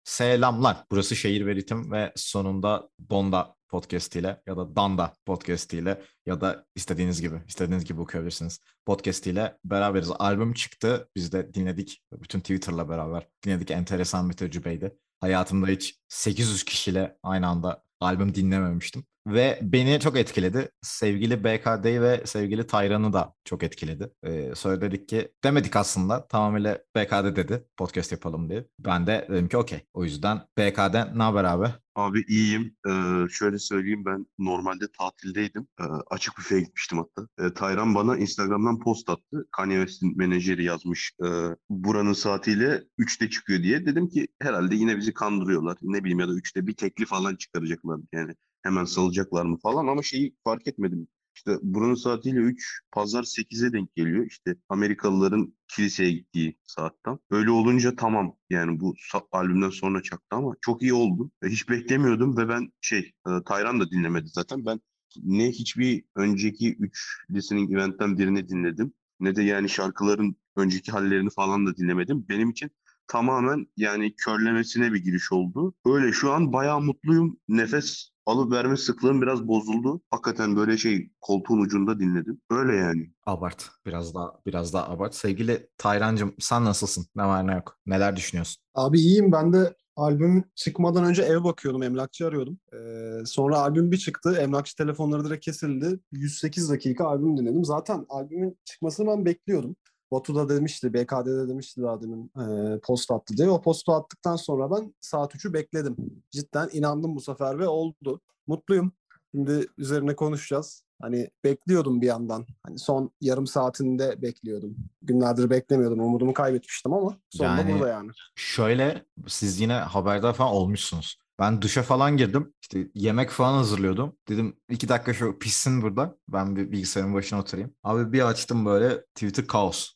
Selamlar. Burası Şehir ve Ritim ve sonunda Donda podcast ile ya da Danda podcast ile ya da istediğiniz gibi okuyabilirsiniz. Podcast ile beraberiz. Albüm çıktı. Biz de dinledik. Bütün Twitter'la beraber dinledik. Enteresan bir tecrübeydi. Hayatımda hiç 800 kişiyle aynı anda albüm dinlememiştim. Ve beni çok etkiledi. Sevgili BKD ve sevgili Tayran'ı da çok etkiledi. Söyledik ki demedik aslında. Tamamıyla BKD dedi podcast yapalım diye. Ben de dedim ki okey. O yüzden BKD ne haber abi? Abi iyiyim. Şöyle söyleyeyim, ben normalde tatildeydim. Açık büfeye gitmiştim hatta. Tayran bana Instagram'dan post attı. Kanye West'in menajeri yazmış. Buranın saatiyle 3'te çıkıyor diye. Dedim ki herhalde yine bizi kandırıyorlar. Ne bileyim, ya da 3'te bir teklif falan çıkaracaklar. Yani hemen salacaklar mı falan, ama şeyi fark etmedim. İşte buranın saatiyle 3 pazar 8'e denk geliyor. İşte Amerikalıların kiliseye gittiği saatten. Öyle olunca tamam, yani bu albümden sonra çaktı ama çok iyi oldu. Hiç beklemiyordum ve ben Tayran da dinlemedi zaten. Ben ne hiçbir önceki 3 listening event'ten birini dinledim, ne de yani şarkıların önceki hallerini falan da dinlemedim. Benim için tamamen yani körlemesine bir giriş oldu. Öyle şu an bayağı mutluyum. Nefes alıp verme sıklığım biraz bozuldu. Hakikaten böyle koltuğun ucunda dinledim. Öyle yani. Abart. Biraz daha abart. Sevgili Tayrancığım sen nasılsın? Ne var ne yok? Neler düşünüyorsun? Abi iyiyim. Ben de albüm çıkmadan önce eve bakıyordum. Emlakçı arıyordum. Sonra albüm bir çıktı. Emlakçı telefonları direkt kesildi. 108 dakika albüm dinledim. Zaten albümün çıkmasını ben bekliyordum. Batu da demişti, BKD'de demişti daha demin post attı diye. O postu attıktan sonra ben saat 3'ü bekledim. Cidden inandım bu sefer ve oldu. Mutluyum. Şimdi üzerine konuşacağız. Hani bekliyordum bir yandan. Hani son yarım saatinde bekliyordum. Günlerdir beklemiyordum. Umudumu kaybetmiştim ama sonunda burada Yani yani. şöyle siz yine haberdar falan olmuşsunuz. Ben duşa falan girdim. İşte yemek falan hazırlıyordum. Dedim 2 dakika şu pişsin burada. Ben bir bilgisayarın başına oturayım. Abi bir açtım böyle Twitter kaos.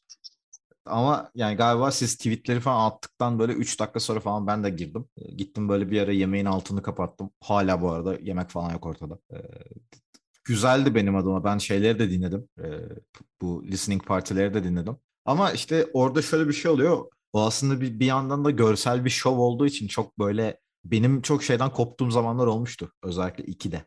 Ama yani galiba siz tweetleri falan attıktan böyle 3 dakika sonra falan ben de girdim. Gittim böyle bir ara yemeğin altını kapattım. Hala bu arada yemek falan yok ortada. Güzeldi benim adıma. Ben şeyleri de dinledim. Bu listening partileri de dinledim. Ama işte orada şöyle bir şey oluyor. O aslında bir yandan da görsel bir şov olduğu için çok böyle benim çok şeyden koptuğum zamanlar olmuştu. Özellikle 2'de.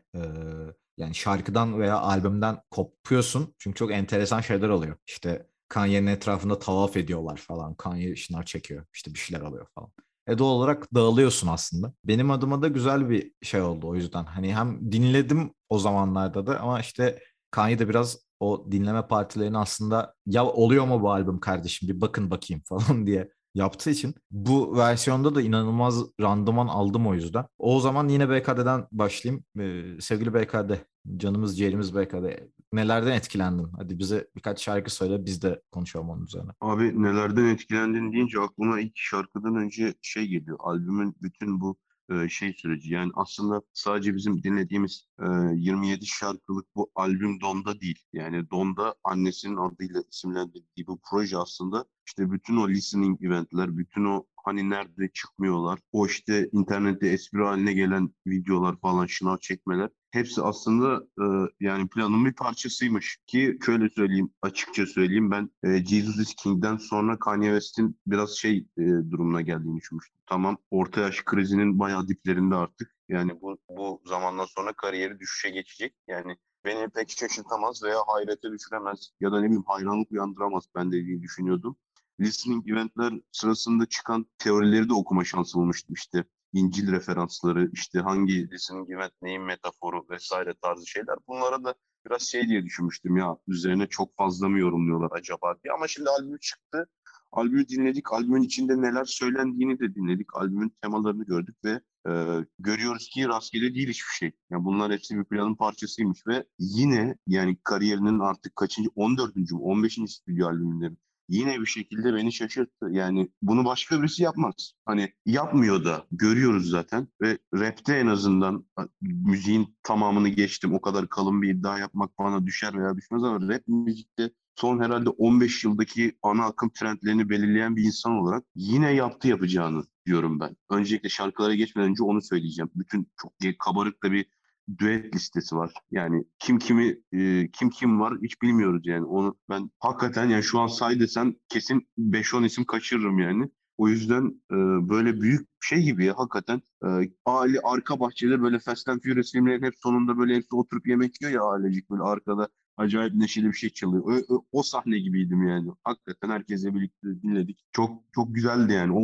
Yani şarkıdan veya albümden kopuyorsun. Çünkü çok enteresan şeyler oluyor. İşte Kanye'nin etrafında tavaf ediyorlar falan. Kanye şınav çekiyor. İşte bir şeyler alıyor falan. Doğal olarak dağılıyorsun aslında. Benim adıma da güzel bir şey oldu o yüzden. Hani hem dinledim o zamanlarda da ama işte Kanye de biraz o dinleme partilerini aslında ya oluyor mu bu albüm kardeşim bir bakın bakayım falan diye yaptığı için bu versiyonda da inanılmaz randıman aldım o yüzden. O zaman yine BKD'den başlayayım. Sevgili BKD, canımız ciğerimiz BKD. Nelerden etkilendin? Hadi bize birkaç şarkı söyle biz de konuşalım onun üzerine. Abi nelerden etkilendin deyince aklıma ilk şarkıdan önce geliyor. Albümün bütün bu süreci. Yani aslında sadece bizim dinlediğimiz 27 şarkılık bu albüm Donda değil. Yani Donda annesinin adıyla isimlendirdiği bu proje aslında işte bütün o listening eventler, bütün o hani nerede çıkmıyorlar, o işte internette espri haline gelen videolar falan, şınav çekmeler. Hepsi aslında yani planın bir parçasıymış ki şöyle söyleyeyim, açıkça söyleyeyim, ben Jesus is King'den sonra Kanye West'in biraz durumuna geldiğini düşünmüştüm. Tamam, orta yaş krizinin bayağı diplerinde artık. Yani bu zamandan sonra kariyeri düşüşe geçecek. Yani beni pek şaşırtamaz veya hayrete düşüremez ya da ne bileyim hayranlık uyandıramaz ben de diye düşünüyordum. Listening eventler sırasında çıkan teorileri de okuma şansı bulmuştum işte. İncil referansları, işte hangi listening event neyin metaforu vesaire tarzı şeyler. Bunlara da biraz diye düşünmüştüm, ya üzerine çok fazla mı yorumluyorlar acaba diye. Ama şimdi albüm çıktı. Albümü dinledik. Albümün içinde neler söylendiğini de dinledik. Albümün temalarını gördük ve görüyoruz ki rastgele değil hiçbir şey. Yani bunlar hepsi bir planın parçasıymış ve yine yani kariyerinin artık kaçıncı, 14. mü 15. stüdyo albümünde mi? Yine bir şekilde beni şaşırttı. Yani bunu başka birisi yapmaz. Hani yapmıyor da görüyoruz zaten ve rapte en azından müziğin tamamını geçtim. O kadar kalın bir iddia yapmak bana düşer veya düşmez ama rap müzikte son herhalde 15 yıldaki ana akım trendlerini belirleyen bir insan olarak yine yapacağını diyorum ben. Öncelikle şarkılara geçmeden önce onu söyleyeceğim. Bütün çok kabarık da bir düet listesi var. Yani kim var hiç bilmiyoruz yani. Onu ben hakikaten yani şu an say desem kesin 5-10 isim kaçırırım yani. O yüzden böyle büyük bir şey gibi ya hakikaten. Aile arka bahçede böyle Fast and Furious filmlerin hep sonunda böyle hepsi oturup yemek yiyor ya ailecik, böyle arkada acayip neşeli bir şey çalıyor. O sahne gibiydim yani. Hakikaten herkesle birlikte dinledik. Çok çok güzeldi yani.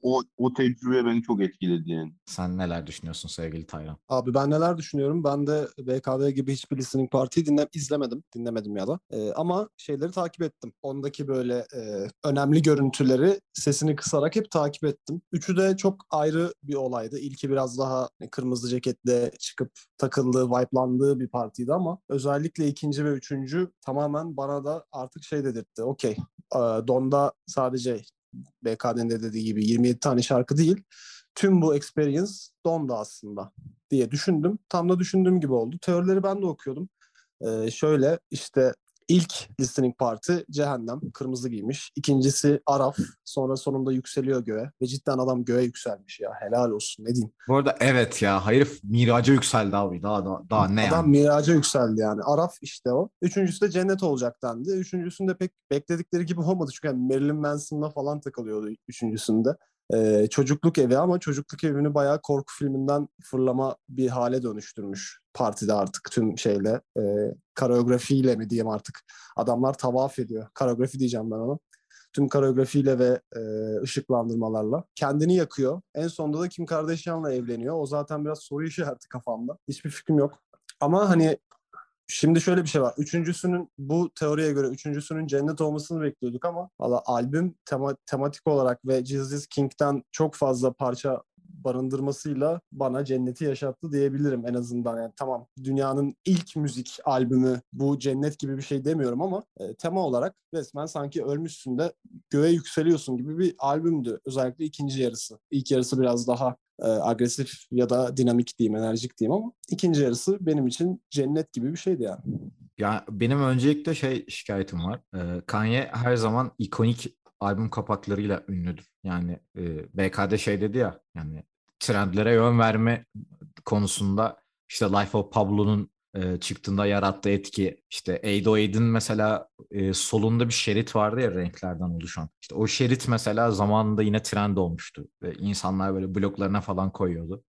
O tecrübe beni çok etkiledi yani. Sen neler düşünüyorsun sevgili Taylan? Abi ben neler düşünüyorum? Ben de BKD gibi hiçbir listening party'yi izlemedim. Dinlemedim ya da. Ama şeyleri takip ettim. Ondaki böyle önemli görüntüleri sesini kısarak hep takip ettim. Üçü de çok ayrı bir olaydı. İlki biraz daha kırmızı ceketle çıkıp takıldığı, vibe'landığı bir partiydi ama özellikle ikinci ve üçüncü tamamen bana da artık şey dedirtti. Okey. Don'da sadece BKD'nin de dediği gibi 27 tane şarkı değil. Tüm bu experience Don'da aslında diye düşündüm. Tam da düşündüğüm gibi oldu. Teorileri ben de okuyordum. Şöyle işte ilk listening party Cehennem, kırmızı giymiş. İkincisi Araf, sonra sonunda yükseliyor göğe. Ve cidden adam göğe yükselmiş ya. Helal olsun, ne diyeyim. Bu arada evet ya, herif miraca yükseldi abi. Daha ne Adam yani? miraca yükseldi yani. Araf işte o. Üçüncüsü de Cennet olacak dendi. Üçüncüsünde pek bekledikleri gibi olmadı. Çünkü yani Marilyn Manson'la falan takılıyordu üçüncüsünde. Çocukluk evi ama çocukluk evini bayağı korku filminden fırlama bir hale dönüştürmüş partide artık tüm şeyle. Koreografiyle mi diyeyim artık. Adamlar tavaf ediyor. Koreografi diyeceğim ben ona. Tüm koreografiyle ve ışıklandırmalarla. Kendini yakıyor. En sonunda da Kim Kardashian'la evleniyor. O zaten biraz soru işareti kafamda. Hiçbir fikrim yok. Ama hani şimdi şöyle bir şey var. Üçüncüsünün, bu teoriye göre üçüncüsünün cennet olmasını bekliyorduk ama valla albüm tematik olarak ve Jesus is King'den çok fazla parça barındırmasıyla bana cenneti yaşattı diyebilirim en azından. Yani tamam, dünyanın ilk müzik albümü bu cennet gibi bir şey demiyorum ama tema olarak resmen sanki ölmüşsün de göğe yükseliyorsun gibi bir albümdü. Özellikle ikinci yarısı. İlk yarısı biraz daha agresif ya da dinamik diyeyim, enerjik diyeyim ama ikinci yarısı benim için cennet gibi bir şeydi yani. Ya benim öncelikle şikayetim var. Kanye her zaman ikonik albüm kapaklarıyla ünlüdür. Yani BK'de şey dedi ya, yani trendlere yön verme konusunda işte Life of Pablo'nun çıktığında yarattığı etki, işte 808'in mesela solunda bir şerit vardı ya, renklerden oluşan. İşte o şerit mesela zamanında yine trend olmuştu. Ve insanlar böyle bloklarına falan koyuyordu.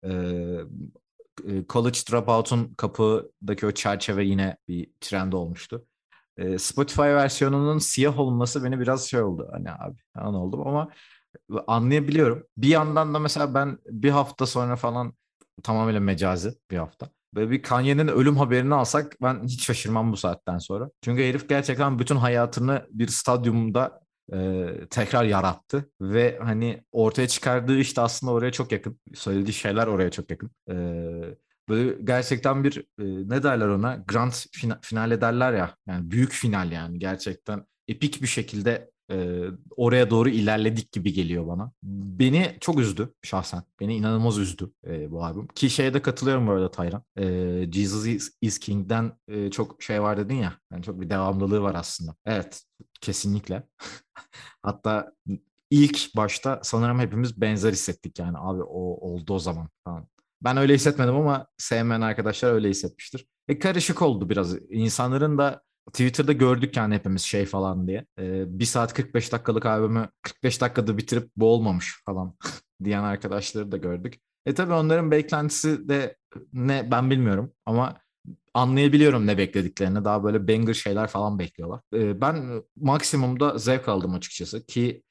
College Dropout'un kapağındaki o çerçeve yine bir trend olmuştu. Spotify versiyonunun siyah olması beni biraz şey oldu. Hani abi falan oldum ama anlayabiliyorum. Bir yandan da mesela ben bir hafta sonra falan, tamamıyla mecazi bir hafta, böyle bir Kanye'nin ölüm haberini alsak ben hiç şaşırmam bu saatten sonra. Çünkü herif gerçekten bütün hayatını bir stadyumda tekrar yarattı ve hani ortaya çıkardığı işte aslında oraya çok yakın. Söylediği şeyler oraya çok yakın. Böyle gerçekten bir ne derler ona? Grand finale derler ya. Yani büyük final yani. Gerçekten epik bir şekilde oraya doğru ilerledik gibi geliyor bana. Beni çok üzdü şahsen. Beni inanılmaz üzdü bu albüm. Ki şeye de katılıyorum bu arada Taylan. Jesus is King'den çok şey var dedin ya. Yani çok bir devamlılığı var aslında. Evet, kesinlikle. Hatta ilk başta sanırım hepimiz benzer hissettik yani, abi o oldu o zaman falan. Ben öyle hissetmedim ama sevmeyen arkadaşlar öyle hissetmiştir. Karışık oldu biraz. İnsanların da Twitter'da gördük yani hepimiz şey falan diye. 1 saat 45 dakikalık albümü 45 dakikada bitirip bu olmamış falan diyen arkadaşları da gördük. Tabii onların beklentisi de ne ben bilmiyorum ama anlayabiliyorum ne beklediklerini. Daha böyle banger şeyler falan bekliyorlar. Ben maksimumda zevk aldım açıkçası ki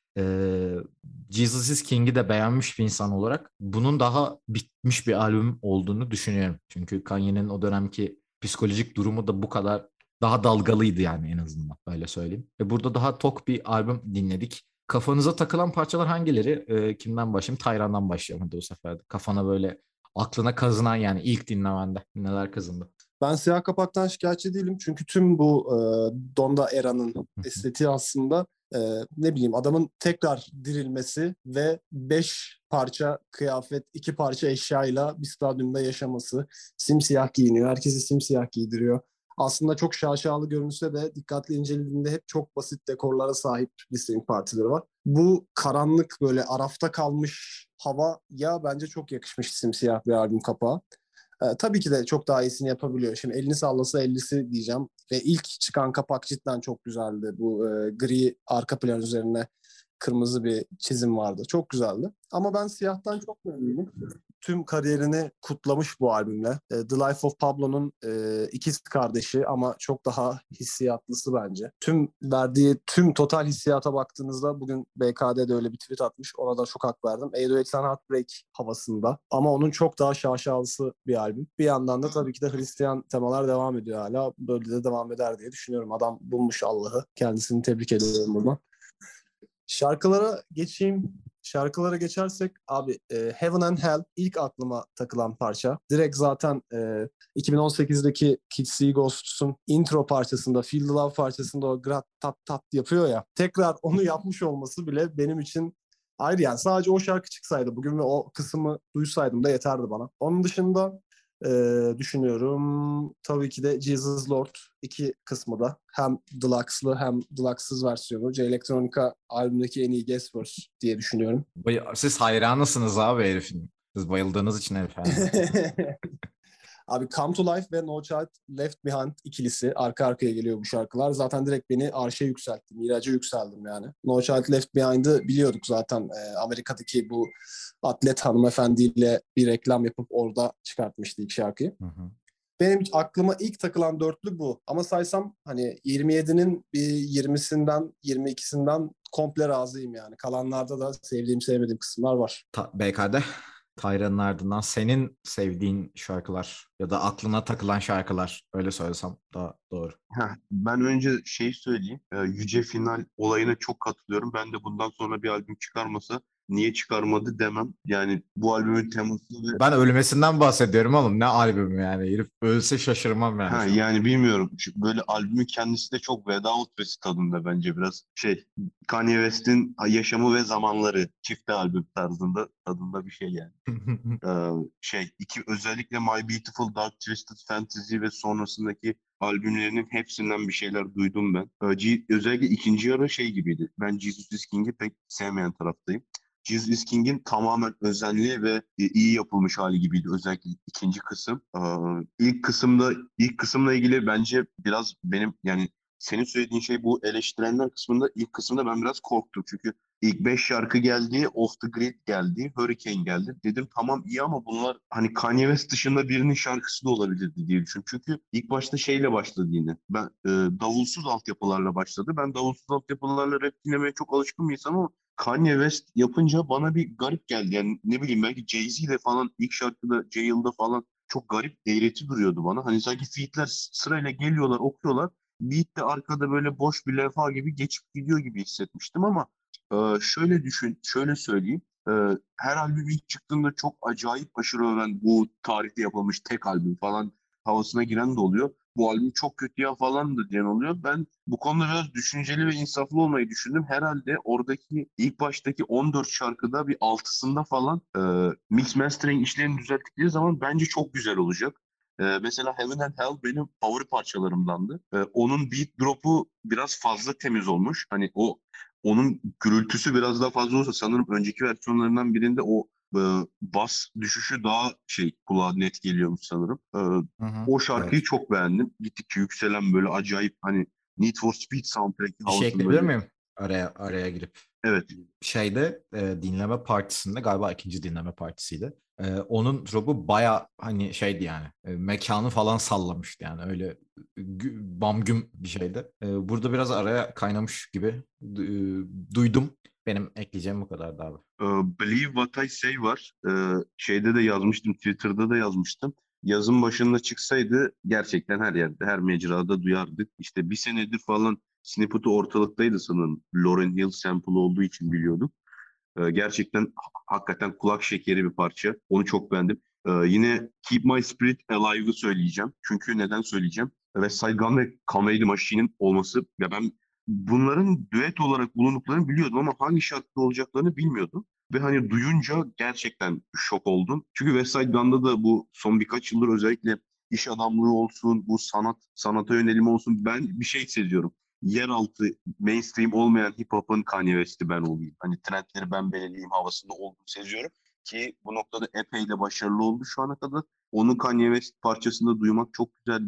Jesus is King'i de beğenmiş bir insan olarak bunun daha bitmiş bir albüm olduğunu düşünüyorum. Çünkü Kanye'nin o dönemki psikolojik durumu da bu kadar daha dalgalıydı yani, en azından öyle söyleyeyim. Burada daha tok bir albüm dinledik. Kafanıza takılan parçalar hangileri? Kimden başlayayım? Tayran'dan başlayalım hadi bu sefer de. Kafana böyle aklına kazınan, yani ilk dinlemende neler kazındı? Ben siyah kapaktan şikayetçi değilim çünkü tüm bu Donda Era'nın estetiği aslında ne bileyim adamın tekrar dirilmesi ve 5 parça kıyafet, 2 parça eşyayla bir stadyumda yaşaması. Simsiyah giyiniyor, herkesi simsiyah giydiriyor. Aslında çok şaşalı görünse de dikkatli incelediğinde hep çok basit dekorlara sahip listening partileri var. Bu karanlık böyle arafta kalmış hava ya bence çok yakışmış simsiyah bir albüm kapağı. Tabii ki de çok daha iyisini yapabiliyor. Şimdi elini sallasa ellisi diyeceğim. Ve ilk çıkan kapak cidden çok güzeldi. Bu gri arka plan üzerine kırmızı bir çizim vardı. Çok güzeldi. Ama ben siyahtan çok memnunum. Tüm kariyerini kutlamış bu albümle. The Life of Pablo'nun ikiz kardeşi ama çok daha hissiyatlısı bence. Verdiği tüm total hissiyata baktığınızda bugün BK'de öyle bir tweet atmış. Ona da çok hak verdim. 808 and Heartbreak havasında. Ama onun çok daha şaşalısı bir albüm. Bir yandan da tabii ki de Hristiyan temalar devam ediyor hala. Böyle de devam eder diye düşünüyorum. Adam bulmuş Allah'ı. Kendisini tebrik ediyorum buradan. Şarkılara geçeyim. Şarkılara geçersek abi Heaven and Hell ilk aklıma takılan parça. Direkt zaten 2018'deki Kids See Ghosts'un intro parçasında, Feel the Love parçasında o grat tat tat yapıyor ya. Tekrar onu yapmış olması bile benim için ayrı yani. Sadece o şarkı çıksaydı bugün ve o kısmı duysaydım da yeterdi bana. Onun dışında düşünüyorum. Tabii ki de Jesus Lord iki kısmı da. Hem Deluxe'lı hem Deluxe'sız versiyonu. J-Electronica albümdeki en iyi guest verse diye düşünüyorum. Siz hayranısınız abi herifin. Siz bayıldığınız için herif yani. Abi Come to Life ve No Child Left Behind ikilisi arka arkaya geliyor bu şarkılar. Zaten direkt beni arşa yükseltti. Miraca yükseldim yani. No Child Left Behind'ı biliyorduk zaten. Amerika'daki bu atlet hanımefendiyle bir reklam yapıp orada çıkartmıştı ilk şarkıyı. Hı hı. Benim aklıma ilk takılan dörtlü bu. Ama saysam hani 27'nin bir 20'sinden 22'sinden komple razıyım yani. Kalanlarda da sevdiğim sevmediğim kısımlar var. BK'de Tyra'nın ardından senin sevdiğin şarkılar ya da aklına takılan şarkılar, öyle söylesem daha doğru. Ben önce söyleyeyim. Yüce Final olayına çok katılıyorum. Ben de bundan sonra bir albüm çıkarmasa niye çıkarmadı demem. Yani bu albümün teması ve Ben ölmesinden bahsediyorum oğlum. Ne albümü yani? Herif ölse şaşırmam yani şu an. yani bilmiyorum. Böyle albümün kendisi de çok veda outresi tadında bence biraz Kanye West'in yaşamı ve zamanları çifte albüm tarzında tadında bir şey yani. Özellikle My Beautiful Dark Twisted Fantasy ve sonrasındaki albümlerinin hepsinden bir şeyler duydum ben. Özellikle ikinci yarı gibiydi. Ben Jesus is King'i pek sevmeyen taraftayım. Jesus is King'in tamamen özenli ve iyi yapılmış hali gibiydi. Özellikle ikinci kısım. İlk kısımla ilgili bence biraz benim yani senin söylediğin bu eleştirenler kısmında ilk kısımda ben biraz korktum. Çünkü İlk 5 şarkı geldi, Off the Grid geldi, Hurricane geldi. Dedim tamam iyi ama bunlar hani Kanye West dışında birinin şarkısı da olabilirdi diye düşündüm. Çünkü ilk başta başladı yine. Ben davulsuz altyapılarla başladı. Ben davulsuz altyapılarla rap dinlemeye çok alışkın bir insanım ama Kanye West yapınca bana bir garip geldi. Yani ne bileyim belki Jay-Z ile falan ilk şarkıda, Jail'da falan çok garip eğreti duruyordu bana. Hani sanki feat'ler sırayla geliyorlar, okuyorlar. Beat de arkada böyle boş bir levha gibi geçip gidiyor gibi hissetmiştim ama şöyle söyleyeyim. Her albüm ilk çıktığında çok acayip aşırı öven bu tarihte yapılmış tek albüm falan havasına giren de oluyor. Bu albüm çok kötü ya falan da diyen oluyor. Ben bu konuda biraz düşünceli ve insaflı olmayı düşündüm. Herhalde oradaki ilk baştaki 14 şarkıda bir altısında falan mix mastering işlerini düzelttikleri zaman bence çok güzel olacak. Mesela Heaven and Hell benim favori parçalarımdandı. Onun beat drop'u biraz fazla temiz olmuş. Hani onun gürültüsü biraz daha fazla olsa sanırım önceki versiyonlarından birinde o bas düşüşü daha kulağa net geliyormuş sanırım. Hı hı. O şarkıyı Evet. çok beğendim. Gittikçe yükselen böyle acayip hani Need for Speed soundtrack Bir şey havasında ekleyebilir bir. miyim? Araya girip. Evet. Dinleme partisinde galiba ikinci dinleme partisiydi. Onun drop'u baya hani yani mekanı falan sallamıştı yani öyle bam güm bir şeydi. Burada biraz araya kaynamış gibi duydum. Benim ekleyeceğim bu kadardı abi. Believe What I Say var. Şeyde de yazmıştım, Twitter'da da yazmıştım. Yazın başında çıksaydı gerçekten her yerde, her mecrada duyardık. İşte bir senedir falan snippet'ı ortalıktaydı sanırım. Lauryn Hill sample olduğu için biliyorduk. Gerçekten hakikaten kulak şekeri bir parça. Onu çok beğendim. Yine Keep My Spirit Alive'ı söyleyeceğim. Çünkü neden söyleyeceğim? West Side Gun ve Comedy Machine'in olması. Ya ben bunların düet olarak bulunduklarını biliyordum ama hangi şarkıda olacaklarını bilmiyordum. Ve hani duyunca gerçekten şok oldum. Çünkü West Side Gun'da da bu son birkaç yıldır özellikle iş adamlığı olsun, bu sanata yönelim olsun ben bir şey hissediyorum. Yeraltı mainstream olmayan hip hop'un Kanye West'i ben olayım. Hani trendleri ben belirleyeyim havasında olduğunu seziyorum. Ki bu noktada epey de başarılı oldu şu ana kadar. Onu Kanye West parçasında duymak çok güzeldi.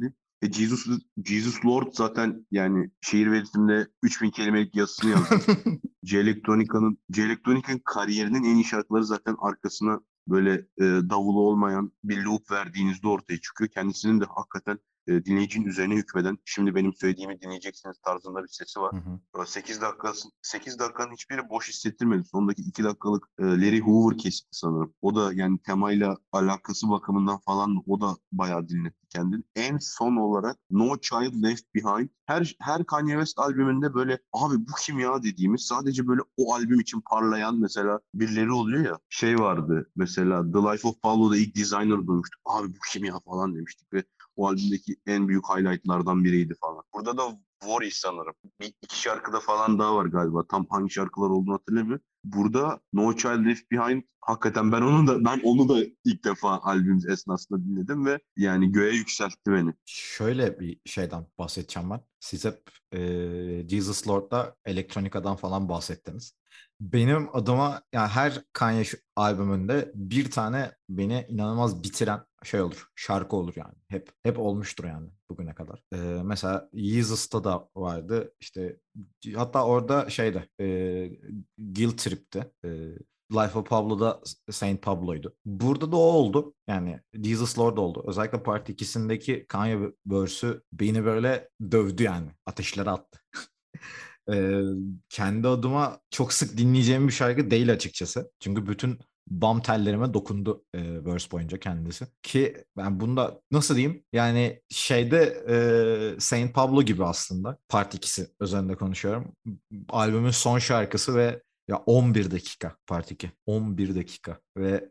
Jesus Lord zaten yani şehir verisinde 3000 kelimelik yazısını yazdı. C Electronica'nın kariyerinin en iyi şarkıları zaten arkasına böyle davulu olmayan bir loop verdiğinizde ortaya çıkıyor. Kendisinin de hakikaten dinleyicinin üzerine hükmeden, şimdi benim söylediğimi dinleyeceksiniz tarzında bir sesi var. Hı hı. 8 dakikanın hiçbiri boş hissettirmedi. Sondaki 2 dakikalık Larry Hoover kesiti sanırım. O da yani temayla alakası bakımından falan o da bayağı dinletti kendini. En son olarak No Child Left Behind. Her Kanye West albümünde böyle abi bu kim ya dediğimiz, sadece böyle o albüm için parlayan mesela birileri oluyor ya. Şey vardı mesela, The Life of Pablo'da ilk Designer duymuştuk. Abi bu kim ya falan demiştik ve o albümdeki en büyük highlightlardan biriydi falan. Burada da Worry sanırım. Bir iki şarkıda falan daha var galiba. Tam hangi şarkılar olduğunu hatırlamıyorum. Burada No Child Left Behind, hakikaten ben onu da ilk defa albüm esnasında dinledim ve yani göğe yükseltti beni. Şöyle bir şeyden bahsedeceğim ben. Siz hep Jesus Lord'da elektronikadan falan bahsettiniz. Benim adıma yani her Kanye albümünde bir tane beni inanılmaz bitiren şey olur. Şarkı olur yani. Hep olmuştur yani bugüne kadar. Mesela Yeezus da vardı. İşte hatta orada şeyde Guilt Trip'ti. Life of Pablo'da Saint Pablo'ydu. Burada da o oldu. Yani Jesus Lord oldu. Özellikle Part 2'sindeki Kanye verse'ü beni böyle dövdü yani. Ateşlere attı. Ee, Kendi adıma çok sık dinleyeceğim bir şarkı değil açıkçası. Çünkü bütün bam tellerime dokundu verse boyunca kendisi. Ki ben bunda nasıl diyeyim? Yani şeyde Saint Pablo gibi aslında. Part 2'si özelinde konuşuyorum. Albümün son şarkısı ve ya 11 dakika Part 2. 11 dakika ve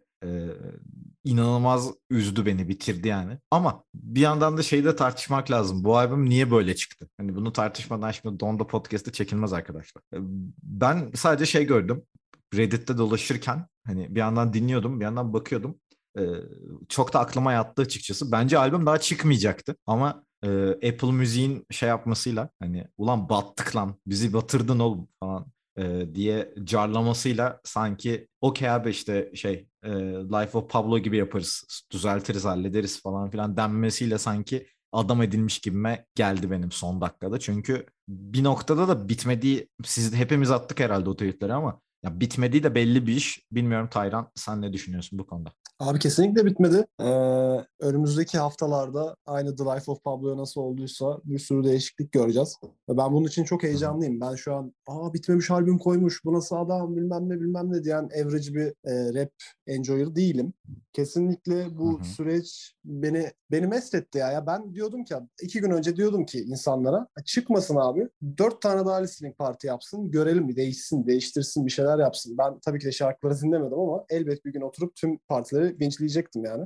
inanılmaz üzdü beni, bitirdi yani. Ama bir yandan da şeyde tartışmak lazım. Bu albüm niye böyle çıktı? Hani bunu tartışmadan şimdi Donda Podcast'te çekilmez arkadaşlar. Ben sadece şey gördüm. Reddit'te dolaşırken hani bir yandan dinliyordum, bir yandan bakıyordum. Ee, Çok da aklıma yattı açıkçası. Bence albüm daha çıkmayacaktı. Ama Apple Müziğin şey yapmasıyla hani ulan battık lan, bizi batırdın oğlum falan diye carlamasıyla sanki okey abi işte şey Life of Pablo gibi yaparız, düzeltiriz, hallederiz falan filan denmesiyle sanki adam edilmiş gibime geldi benim son dakikada. Çünkü bir noktada da bitmediği, siz hepimiz attık herhalde o tweetleri ama ya bitmediği de belli bir iş. Bilmiyorum Tayran, sen ne düşünüyorsun bu konuda? Abi kesinlikle bitmedi. Önümüzdeki haftalarda aynı The Life of Pablo nasıl olduysa bir sürü değişiklik göreceğiz. Ve ben bunun için çok Hı hı. heyecanlıyım. Ben şu an bitmemiş albüm koymuş, bu nasıl adam bilmem ne bilmem ne diyen average bir rap enjoyer değilim. Kesinlikle Hı bu hı. süreç beni mest etti ya. Ya ben diyordum ki 2 gün önce diyordum ki insanlara çıkmasın abi. 4 tane daha listening parti yapsın. Görelim bir değişsin, değiştirsin, bir şeyler yapsın. Ben tabii ki de şarkıları dinlemedim ama elbet bir gün oturup tüm partileri bingeleyecektim yani.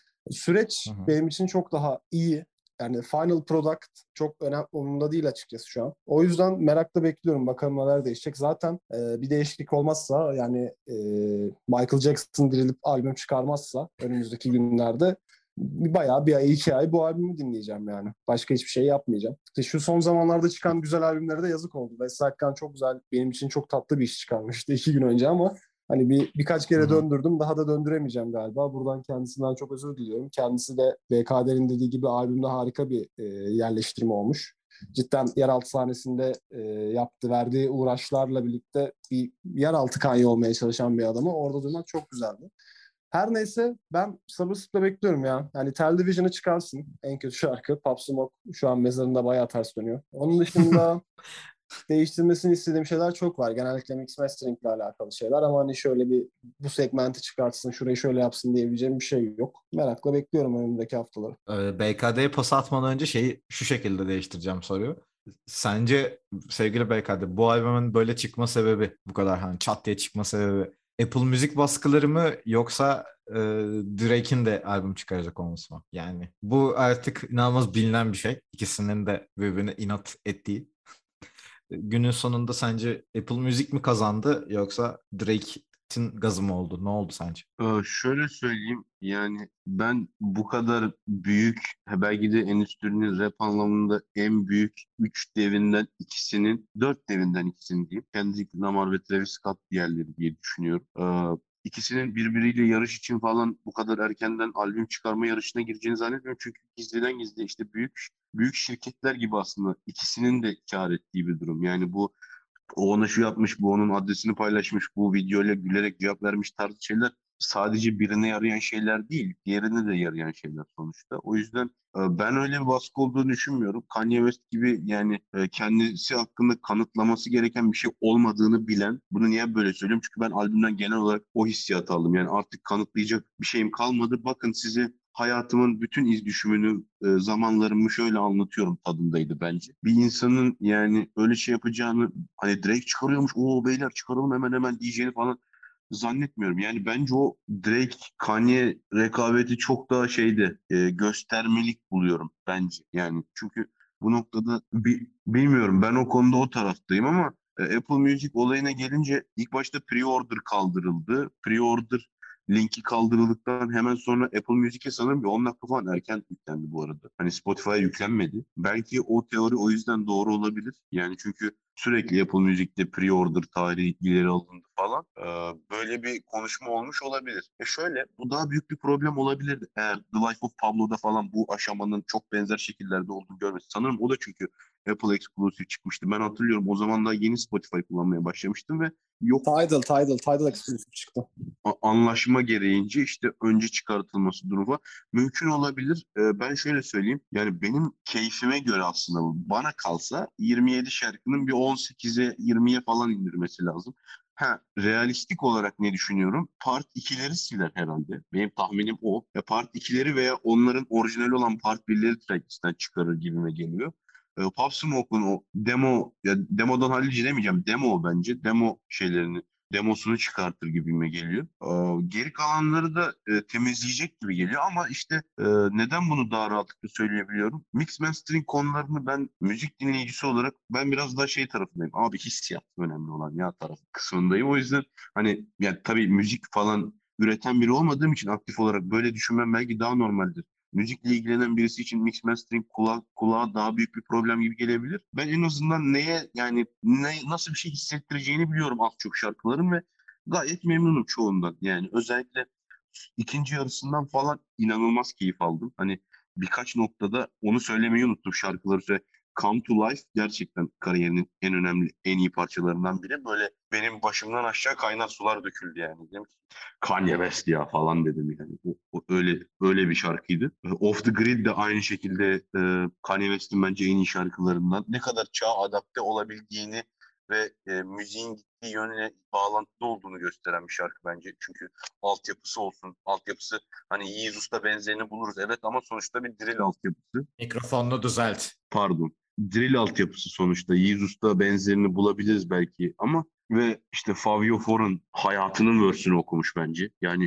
Hı Süreç hı. benim için çok daha iyi. Yani final product çok önemli umurumda değil açıkçası şu an. O yüzden merakla bekliyorum. Bakalım neler değişecek. Zaten bir değişiklik olmazsa yani Michael Jackson dirilip albüm çıkarmazsa önümüzdeki günlerde bayağı bir ay 2 ay bu albümü dinleyeceğim yani. Başka hiçbir şey yapmayacağım. İşte şu son zamanlarda çıkan güzel albümlere de yazık oldu. Vesel Kağan çok güzel, benim için çok tatlı bir iş çıkarmıştı 2 gün önce ama hani birkaç Hı kere hı. döndürdüm. Daha da döndüremeyeceğim galiba. Buradan kendisinden çok özür diliyorum. Kendisi de BKD'nin dediği gibi albümde harika bir yerleştirme olmuş. Cidden yeraltı sahnesinde verdiği uğraşlarla birlikte bir yeraltı Kanye olmaya çalışan bir adamı orada duymak çok güzeldi. Her neyse ben sabırsızlıkla bekliyorum ya. Yani Television'ı çıkarsın. En kötü şarkı. Pop Smoke şu an mezarında bayağı ters dönüyor. Onun dışında değiştirmesini istediğim şeyler çok var. Genellikle mix mastering ile alakalı şeyler ama hani şöyle bir bu segmenti çıkartsın, şurayı şöyle yapsın diyebileceğim bir şey yok. Merakla bekliyorum önümüzdeki haftaları. BKD'ye pas atmadan önce şeyi şu şekilde değiştireceğim soruyu. Sence sevgili BKD bu albümün böyle çıkma sebebi, bu kadar hani çat diye çıkma sebebi Apple Müzik baskıları mı yoksa Drake'in de albüm çıkaracak olması mı? Yani bu artık inanılmaz bilinen bir şey. İkisinin de birbirine inat ettiği. Günün sonunda sence Apple Müzik mi kazandı yoksa Drake'in gazı mı oldu? Ne oldu sence? Şöyle söyleyeyim, yani ben bu kadar büyük, belki de endüstrinin rap anlamında en büyük 3 devinden ikisinin, 4 devinden ikisinin diyeyim, Kendrick Lamar ve Travis Scott diğerleri diye düşünüyorum. ikisinin birbiriyle yarış için falan bu kadar erkenden albüm çıkarma yarışına gireceğini zannetmiyorum. Çünkü gizliden gizli işte büyük şirketler gibi aslında ikisinin de kâr ettiği bir durum. Yani bu o ona şu yapmış, bu onun adresini paylaşmış, bu videoyla gülerek cevap vermiş tarzı şeyler sadece birine yarayan şeyler değil, diğerine de yarayan şeyler sonuçta. O yüzden ben öyle bir baskı olduğunu düşünmüyorum. Kanye West gibi yani kendisi hakkında kanıtlaması gereken bir şey olmadığını bilen, bunu niye böyle söylüyorum? Çünkü ben albümden genel olarak o hissiyatı aldım. Yani artık kanıtlayacak bir şeyim kalmadı. Bakın size hayatımın bütün iz düşümünü, zamanlarımı şöyle anlatıyorum tadındaydı bence. Bir insanın yani öyle şey yapacağını, hani Drake çıkarıyormuş, o beyler çıkaralım hemen hemen diyeceğini falan zannetmiyorum. Yani bence o Drake Kanye rekabeti çok daha şeyde göstermelik buluyorum bence. Yani çünkü bu noktada bilmiyorum, ben o konuda o taraftayım ama Apple Music olayına gelince ilk başta pre-order kaldırıldı. Pre-order linki kaldırıldıktan hemen sonra Apple Music'e sanırım bir 10 dakika falan erken yüklendi bu arada. Hani Spotify'a yüklenmedi. Belki o teori o yüzden doğru olabilir. Yani çünkü sürekli Apple Music'te pre-order tarihi ileri alındı falan. Böyle bir konuşma olmuş olabilir. Şöyle, bu daha büyük bir problem olabilirdi. Eğer The Life of Pablo'da falan bu aşamanın çok benzer şekillerde olduğunu görmesi. Sanırım o da çünkü Apple Exclusive çıkmıştı. Ben hatırlıyorum, o zaman daha yeni Spotify kullanmaya başlamıştım ve yok, Tidal Exclusive çıktı. anlaşma gereğince işte önce çıkartılması durumu var. Mümkün olabilir. Ben şöyle söyleyeyim. Yani benim keyfime göre aslında bu. Bana kalsa 27 şarkının bir 18'e 20'ye falan indirmesi lazım. Ha, realistik olarak ne düşünüyorum? Part 2'leri siler herhalde. Benim tahminim o. Part 2'leri veya onların orijinal olan Part 1'leri tracklist'ten çıkarır gibime geliyor. Pop Smoke'un o demo, ya demodan hallice demeyeceğim. Demo bence. Demosunu çıkartır gibime geliyor. Geri kalanları da temizleyecek gibi geliyor ama işte neden bunu daha rahatlıkla söyleyebiliyorum? Mix mastering konularını ben müzik dinleyicisi olarak ben biraz daha şey tarafındayım. Abi hissiyat önemli olan ya tarafı kısmındayım. O yüzden hani ya tabii müzik falan üreten biri olmadığım için aktif olarak böyle düşünmem belki daha normaldir. Müzikle ilgilenen birisi için mix mastering kulağa daha büyük bir problem gibi gelebilir. Ben en azından nasıl bir şey hissettireceğini biliyorum az çok şarkıların ve gayet memnunum çoğundan. Yani özellikle ikinci yarısından falan inanılmaz keyif aldım. Hani birkaç noktada onu söylemeyi unuttum şarkıları. Come to Life gerçekten kariyerinin en önemli, en iyi parçalarından biri. Böyle benim başımdan aşağı kaynar sular döküldü yani. Dedim ki Kanye West ya falan dedim yani. Öyle bir şarkıydı. Off the Grid de aynı şekilde Kanye West'in bence en iyi şarkılarından. Ne kadar çağa adapte olabildiğini ve müziğin gittiği yönüne bağlantılı olduğunu gösteren bir şarkı bence. Çünkü altyapısı olsun. Altyapısı hani Yeezus benzerini buluruz evet ama sonuçta bir drill altyapısı. Mikrofonunu düzelt. Pardon. Drill altyapısı sonuçta. Yeezus benzerini bulabiliriz belki ama ve işte Fabio Foreign hayatının versiyonu okumuş bence. Yani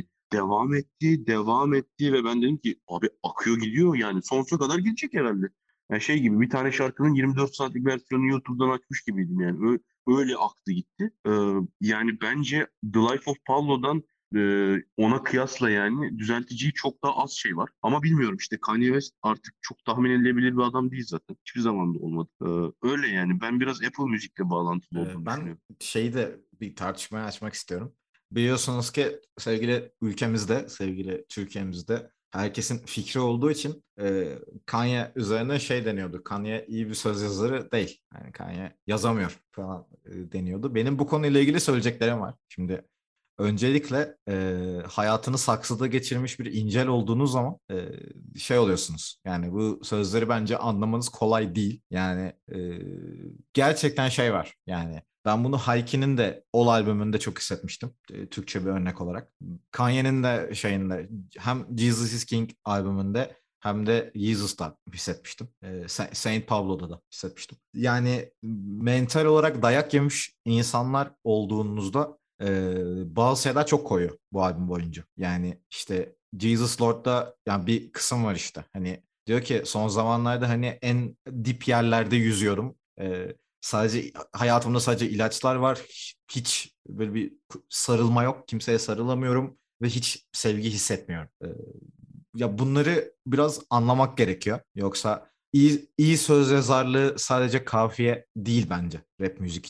devam etti ve ben dedim ki abi akıyor gidiyor yani sonsuza kadar gidecek herhalde. Yani şey gibi bir tane şarkının 24 saatlik versiyonunu YouTube'dan açmış gibiydim yani. Öyle aktı gitti. Yani bence The Life of Pablo'dan ona kıyasla yani düzelteceği çok daha az şey var. Ama bilmiyorum işte Kanye West artık çok tahmin edilebilir bir adam değil zaten. Hiçbir zaman da olmadı. Öyle yani ben biraz Apple Müzik'le bağlantılı olduğunu Ben düşünüyorum. şeyi de bir tartışmaya açmak istiyorum. Biliyorsunuz ki sevgili ülkemizde, sevgili Türkiye'mizde herkesin fikri olduğu için Kanye üzerine şey deniyordu. Kanye iyi bir söz yazarı değil. Yani Kanye yazamıyor falan deniyordu. Benim bu konuyla ilgili söyleyeceklerim var. Şimdi öncelikle hayatını saksıda geçirmiş bir incel olduğunuz zaman şey oluyorsunuz. Yani bu sözleri bence anlamanız kolay değil. Yani gerçekten şey var. Yani ben bunu Hayki'nin de Ol albümünde çok hissetmiştim. Türkçe bir örnek olarak. Kanye'nin de şeyinde hem Jesus is King albümünde hem de Jesus'ta hissetmiştim. Saint Pablo'da da hissetmiştim. Yani mental olarak dayak yemiş insanlar olduğunuzda bazı şeyler çok koyuyor bu albüm boyunca. Yani işte Jesus Lord'da yani bir kısım var işte. Hani diyor ki son zamanlarda hani en dip yerlerde yüzüyorum. Sadece hayatımda sadece ilaçlar var. Hiç böyle bir sarılma yok. Kimseye sarılamıyorum ve hiç sevgi hissetmiyorum. Ya bunları biraz anlamak gerekiyor. Yoksa iyi söz yazarlığı sadece kafiye değil bence rap müzik için.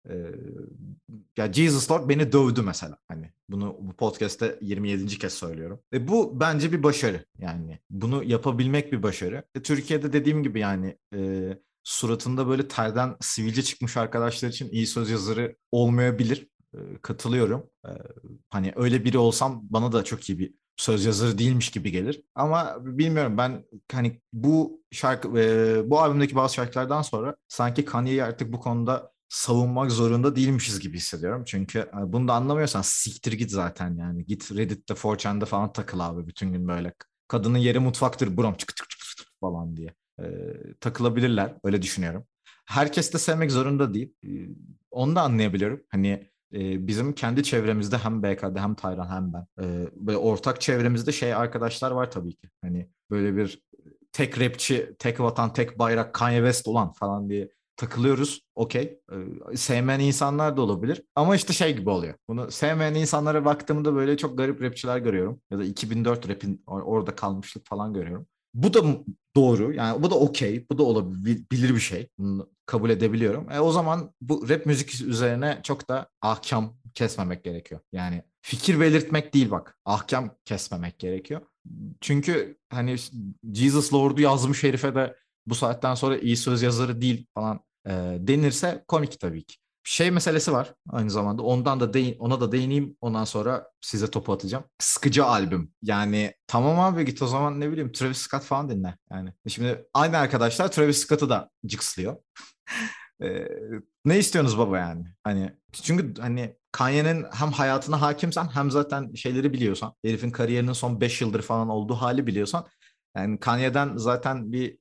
Ya Jesus Lord beni dövdü mesela. Hani bunu bu podcast'te 27. kez söylüyorum. Bu bence bir başarı. Yani bunu yapabilmek bir başarı. Türkiye'de dediğim gibi yani suratında böyle terden sivilce çıkmış arkadaşlar için iyi söz yazarı olmayabilir. Katılıyorum. Hani öyle biri olsam bana da çok iyi bir söz yazarı değilmiş gibi gelir. Ama bilmiyorum, ben hani bu şarkı bu albümdeki bazı şarkılardan sonra sanki Kanye'yi artık bu konuda savunmak zorunda değilmişiz gibi hissediyorum. Çünkü bunu da anlamıyorsan siktir git zaten yani. Git Reddit'te, 4chan'da falan takıl abi bütün gün böyle. Kadının yeri mutfaktır brom çık çık çık çık falan diye. Takılabilirler, öyle düşünüyorum. Herkes de sevmek zorunda değil. Onu da anlayabiliyorum. Hani bizim kendi çevremizde hem BK'de hem Tayran hem ben. Böyle ortak çevremizde şey arkadaşlar var tabii ki. Hani böyle bir tek rapçi, tek vatan, tek bayrak Kanye West olan falan diye takılıyoruz. Okey. Sevmeyen insanlar da olabilir. Ama işte şey gibi oluyor. Bunu sevmeyen insanlara baktığımda böyle çok garip rapçiler görüyorum. Ya da 2004 rapin orada kalmışlık falan görüyorum. Bu da doğru. Yani bu da okey. Bu da olabilir bir şey. Bunu kabul edebiliyorum. O zaman bu rap müzik üzerine çok da ahkam kesmemek gerekiyor. Yani fikir belirtmek değil bak. Ahkam kesmemek gerekiyor. Çünkü hani Jesus Lord'u yazmış herife de bu saatten sonra iyi söz yazarı değil falan denirse komik tabii ki. Şey meselesi var aynı zamanda. Ona da değineyim. Ondan sonra size topu atacağım. Sıkıcı albüm. Yani tamam abi, git o zaman ne bileyim Travis Scott falan dinle. Yani şimdi aynı arkadaşlar Travis Scott'ı da cıkslıyor. Ee, Ne istiyorsunuz baba yani? Hani çünkü hani Kanye'nin hem hayatına hakimsen hem zaten şeyleri biliyorsan, herifin kariyerinin son 5 yıldır falan olduğu hali biliyorsan, yani Kanye'den zaten bir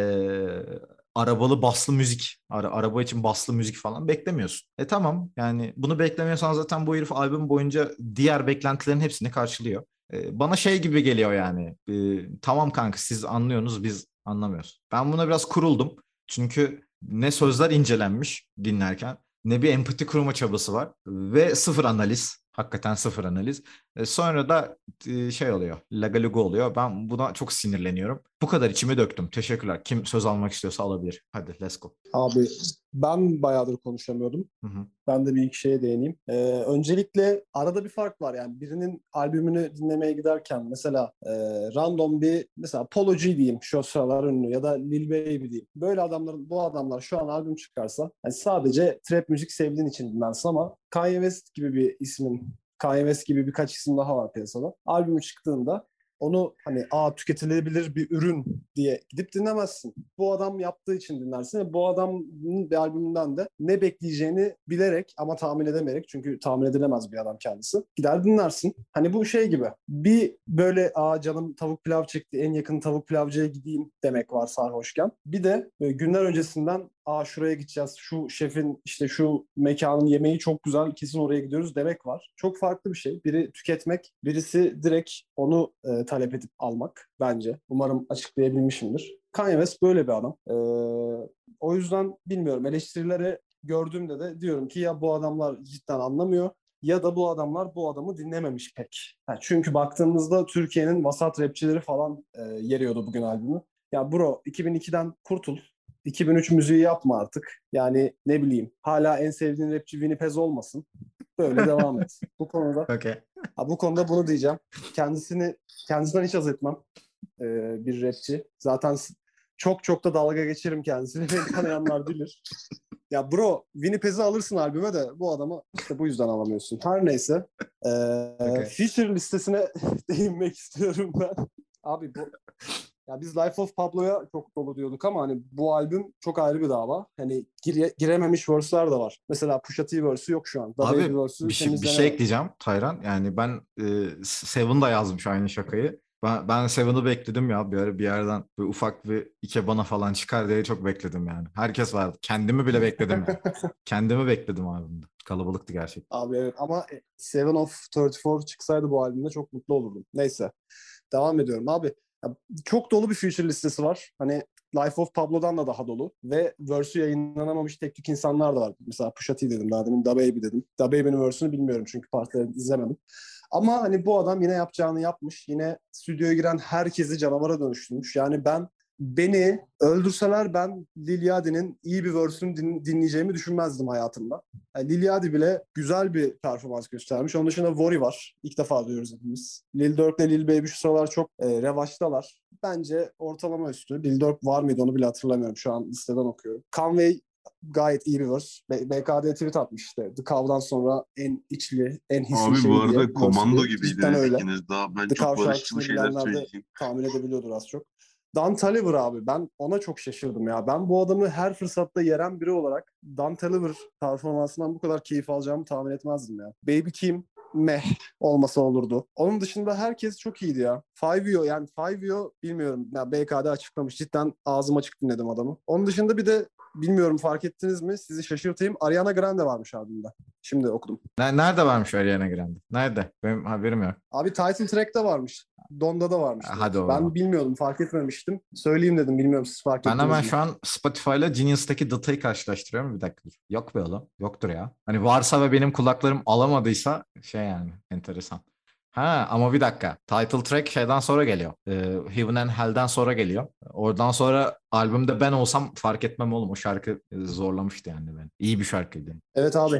arabalı baslı müzik, araba için baslı müzik falan beklemiyorsun. Tamam, yani bunu beklemiyorsan zaten bu herif albüm boyunca diğer beklentilerin hepsini karşılıyor. Bana şey gibi geliyor yani. Tamam kanka, siz anlıyorsunuz, biz anlamıyoruz. Ben buna biraz kuruldum. Çünkü ne sözler incelenmiş dinlerken, ne bir empati kurma çabası var ve sıfır analiz. Hakikaten sıfır analiz. Sonra da şey oluyor. Lagaluga oluyor. Ben buna çok sinirleniyorum. Bu kadar içimi döktüm. Teşekkürler. Kim söz almak istiyorsa alabilir. Hadi let's go. Abi ben bayağıdır konuşamıyordum. Hı hı. Ben de bir iki şeye değineyim. Öncelikle arada bir fark var yani birinin albümünü dinlemeye giderken mesela random bir mesela Polo G diyeyim şu sıralar ünlü ya da Lil Baby diyeyim. Böyle bu adamlar şu an albüm çıkarsa hani sadece trap müzik sevdiğin için dinlersin ama Kanye West gibi bir ismin Kanye West gibi birkaç isim daha var piyasada. Albümü çıktığında onu hani tüketilebilir bir ürün diye gidip dinlemezsin. Bu adam yaptığı için dinlersin ve bu adamın bir albümünden de ne bekleyeceğini bilerek ama tahmin edemeyerek çünkü tahmin edilemez bir adam kendisi. Gider dinlersin. Hani bu şey gibi bir böyle canım tavuk pilav çekti en yakın tavuk pilavcıya gideyim demek var sarhoşken. Bir de günler öncesinden şuraya gideceğiz, şu şefin işte şu mekanın yemeği çok güzel kesin oraya gidiyoruz demek var. Çok farklı bir şey. Biri tüketmek, birisi direkt onu talep edip almak bence. Umarım açıklayabilmişimdir. Kanye West böyle bir adam. O yüzden bilmiyorum eleştirileri gördüğümde de diyorum ki ya bu adamlar cidden anlamıyor ya da bu adamlar bu adamı dinlememiş pek. Çünkü baktığımızda Türkiye'nin vasat rapçileri falan yeriyordu bugün albümü. Ya bro 2002'den kurtul. 2003 müziği yapma artık. Yani ne bileyim hala en sevdiğin rapçi Winnie Pez olmasın. Böyle devam et. Okay. Bu konuda bunu diyeceğim. Kendisinden hiç haz etmem bir rapçi. Zaten çok çok da dalga geçerim kendisini. Beni tanıyanlar bilir. Ya bro Winnipeg'i alırsın albüme de bu adamı işte bu yüzden alamıyorsun. Her neyse. Okay. Feature listesine değinmek istiyorum ben. Abi ya biz Life of Pablo'ya çok dolu diyorduk ama hani bu albüm çok ayrı bir dava. Hani girememiş verse'ler de var. Mesela Pusha T verse'ü yok şu an. Da Baby Abi bir verse'ü şey temizlenemedi. ekleyeceğim Tayran. Yani ben Seven da yazmış aynı şakayı. Ben Seven'ı bekledim ya, bir ara bir yerden böyle ufak bir ikebana falan çıkar diye çok bekledim yani. Herkes vardı. Kendimi bile bekledim yani. Kendimi bekledim albümde. Kalabalıktı gerçekten. Abi evet ama Seven of 34 çıksaydı bu albümde çok mutlu olurdum. Neyse. Devam ediyorum abi. Ya, çok dolu bir feature listesi var. Hani Life of Pablo'dan da daha dolu. Ve verse'ü yayınlanamamış tek tük insanlar da var. Mesela Pusha T dedim daha demin. Da Baby dedim. Da Baby'nin verse'ünü bilmiyorum çünkü partileri izlemedim. Ama hani bu adam yine yapacağını yapmış. Yine stüdyoya giren herkesi canavara dönüştürmüş. Yani ben beni öldürseler ben Lil Yachty'nin iyi bir verse'ünü dinleyeceğimi düşünmezdim hayatımda. Yani Lil Yachty bile güzel bir performans göstermiş. Onun dışında Vori var. İlk defa duyuyoruz hepimiz. Lil Durk ile Lil Baby şu sıralar çok revaçtalar. Bence ortalama üstü. Lil Durk var mıydı onu bile hatırlamıyorum. Şu an listeden okuyorum. Conway gayet iyi bir verse. BKD tweet atmış işte. The Cow'dan sonra en içli, en hisli Abi bu şey diye. arada Verse komando diye. Cidden gibiydiniz öyle. ikiniz daha. Ben The çok Cow barışçıl şarkısını şeyler bilenler de söyleyeceğim. tahmin edebiliyordur az çok. Dan Toliver abi, ben ona çok şaşırdım ya. Ben bu adamı her fırsatta yeren biri olarak Dan Toliver performansından bu kadar keyif alacağımı tahmin etmezdim ya. Baby Kim meh olmasa olurdu. Onun dışında herkes çok iyiydi ya. Fivio, yani Fivio bilmiyorum. Ya BK'da açıklamış. Cidden ağzım açık dinledim adamı. Onun dışında bir de bilmiyorum fark ettiniz mi? Sizi şaşırtayım. Ariana Grande varmış albümde. Şimdi okudum. Nerede varmış Ariana Grande? Nerede? Benim haberim yok. Abi title track'te varmış. Donda da varmış Hadi direkt. Ben oradan. bilmiyordum, fark etmemiştim. Söyleyeyim dedim, bilmiyorum siz fark Ben hemen ettiniz mi? şu an Spotify'la Genius'taki datayı karşılaştırıyorum. Bir dakika dur. Yok be oğlum. Yoktur ya. Hani varsa ve benim kulaklarım alamadıysa şey yani enteresan. Ha ama bir dakika. Title track şeyden sonra geliyor. Heaven and Hell'den sonra geliyor. Oradan sonra albümde ben olsam fark etmem oğlum. O şarkı zorlamıştı yani beni. İyi bir şarkıydı. Evet abi,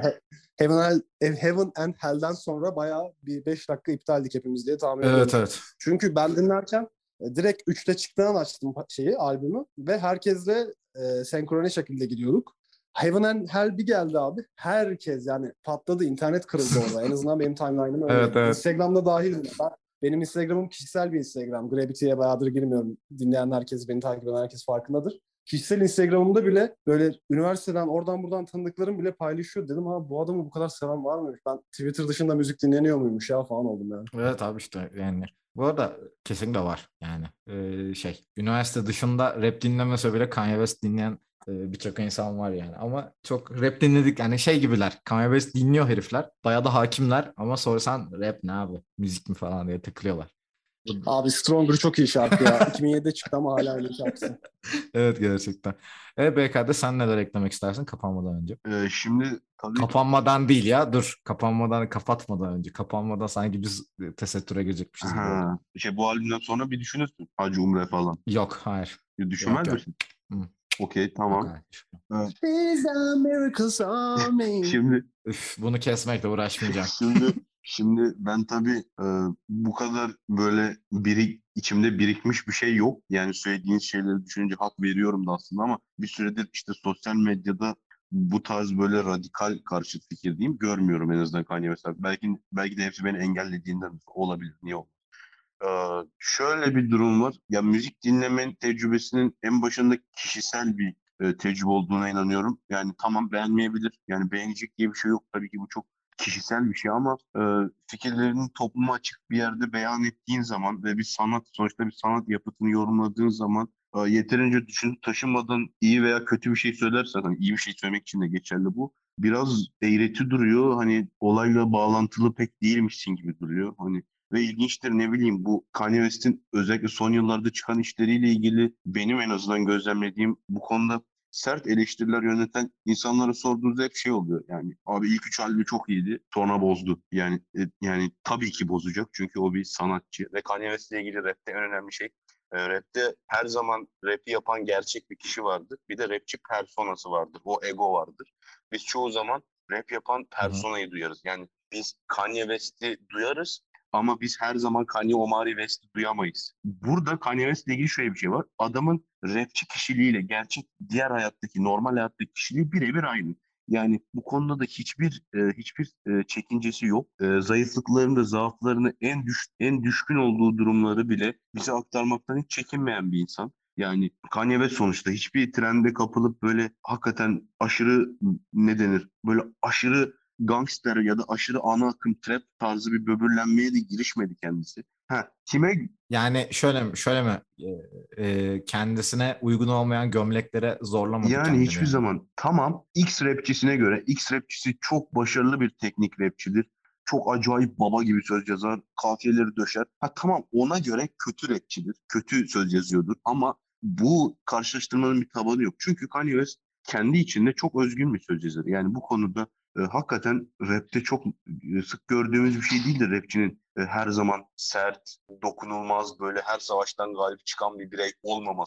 Heaven and Hell'den sonra bayağı bir 5 dakika iptaldik hepimiz diye tahmin Evet ediyorum. evet. Çünkü ben dinlerken direkt 3'te çıktığından açtım albümü ve herkesle senkrone şekilde gidiyorduk. Heaven and Hell bir geldi abi. Herkes yani patladı, internet kırıldı orada. En azından benim timeline'ım Evet öyleydi. evet. Instagram'da dahil mi? Benim Instagram'ım kişisel bir Instagram. Gravity'ye bayağıdır girmiyorum. Dinleyen herkes, beni takip eden herkes farkındadır. Kişisel Instagram'ımda bile böyle üniversiteden oradan buradan tanıdıklarım bile paylaşıyor. Dedim ha, bu adamı bu kadar seven var mıymış? Ben Twitter dışında müzik dinleniyor muymuş ya falan oldum yani. Evet abi işte yani. Bu arada kesinlikle var yani. Üniversite dışında rap dinlemese bile Kanye West dinleyen birçok insan var yani. Ama çok rap dinledik yani şey gibiler. Kanye West dinliyor herifler. Bayağı da hakimler ama sorsan rap ne abi? Müzik mi falan diye tıklıyorlar. Abi Stronger çok iyi şarkı ya. 2007'de çıktı ama hala aynı şarkısı. Evet gerçekten. BK'de sen neler eklemek istersin kapanmadan önce? Şimdi tabii Kapanmadan değil ya. Dur. Kapanmadan, kapatmadan önce. Kapanmadan sanki biz tesettüre girecekmişiz gibi oldu. bu albümden sonra bir düşünürsün. Hacı Umre falan. Yok, hayır. Düşünmez Yok. misin? Hı, Okey, yok tamam. hayır. Evet. These are miracles on me. Şimdi Üf, bunu kesmekle uğraşmayacağım. şimdi ben tabii bu kadar böyle içimde birikmiş bir şey yok. Yani söylediğiniz şeyleri düşününce hak veriyorum da aslında ama bir süredir işte sosyal medyada bu tarz böyle radikal karşıt fikir diyeyim görmüyorum en azından Kanye mesela. Belki de hepsi beni engellediğinden olabilir. Niye olmaz? Şöyle bir durum var. Ya müzik dinlemenin tecrübesinin en başında kişisel bir tecrübe olduğuna inanıyorum. Yani tamam beğenmeyebilir. Yani beğenecek diye bir şey yok. Tabii ki bu çok kişisel bir şey ama fikirlerini topluma açık bir yerde beyan ettiğin zaman ve sonuçta bir sanat yapıtını yorumladığın zaman yeterince düşünüp taşınmadan iyi veya kötü bir şey söylersen, hani iyi bir şey söylemek için de geçerli bu. Biraz eğreti duruyor. Hani olayla bağlantılı pek değilmişsin gibi duruyor. Hani ve ilginçtir ne bileyim bu Kanye West'in özellikle son yıllarda çıkan işleriyle ilgili benim en azından gözlemlediğim bu konuda sert eleştiriler yöneten insanlara sorduğunuzda hep şey oluyor. Yani abi ilk 3 albümü çok iyiydi sonra bozdu. Yani tabii ki bozacak çünkü o bir sanatçı ve Kanye West'le ilgili rapte en önemli şey rapte her zaman rapi yapan gerçek bir kişi vardır. Bir de rapçi personası vardır. O ego vardır. Biz çoğu zaman rap yapan Hı hı. personayı duyarız. Yani biz Kanye West'i duyarız ama biz her zaman Kanye Omari West'i duyamayız. Burada Kanye West'le ilgili şöyle bir şey var. Adamın rapçi kişiliğiyle gerçek diğer hayattaki, normal hayattaki kişiliği birebir aynı. Yani bu konuda da hiçbir çekincesi yok. Zayıflıklarını da zaaflarını en düşkün olduğu durumları bile bize aktarmaktan hiç çekinmeyen bir insan. Yani Kanye West sonuçta hiçbir trende kapılıp böyle hakikaten aşırı ne denir? Böyle aşırı gangster ya da aşırı ana akım trap tarzı bir böbürlenmeye de girişmedi kendisi. Kime Yani şöyle mi? Kendisine uygun olmayan gömleklere zorlamadı yani kendini hiçbir yani. zaman tamam X rapçisine göre X rapçisi çok başarılı bir teknik rapçidir. Çok acayip baba gibi söz yazar, kafiyeleri döşer. Tamam ona göre kötü rapçidir. Kötü söz yazıyordur ama bu karşılaştırmanın bir tabanı yok. Çünkü Kanye West kendi içinde çok özgün bir söz yazarı. Yani bu konuda hakikaten rapte çok sık gördüğümüz bir şey değildir rapçinin her zaman sert, dokunulmaz böyle her savaştan galip çıkan bir birey olmaması.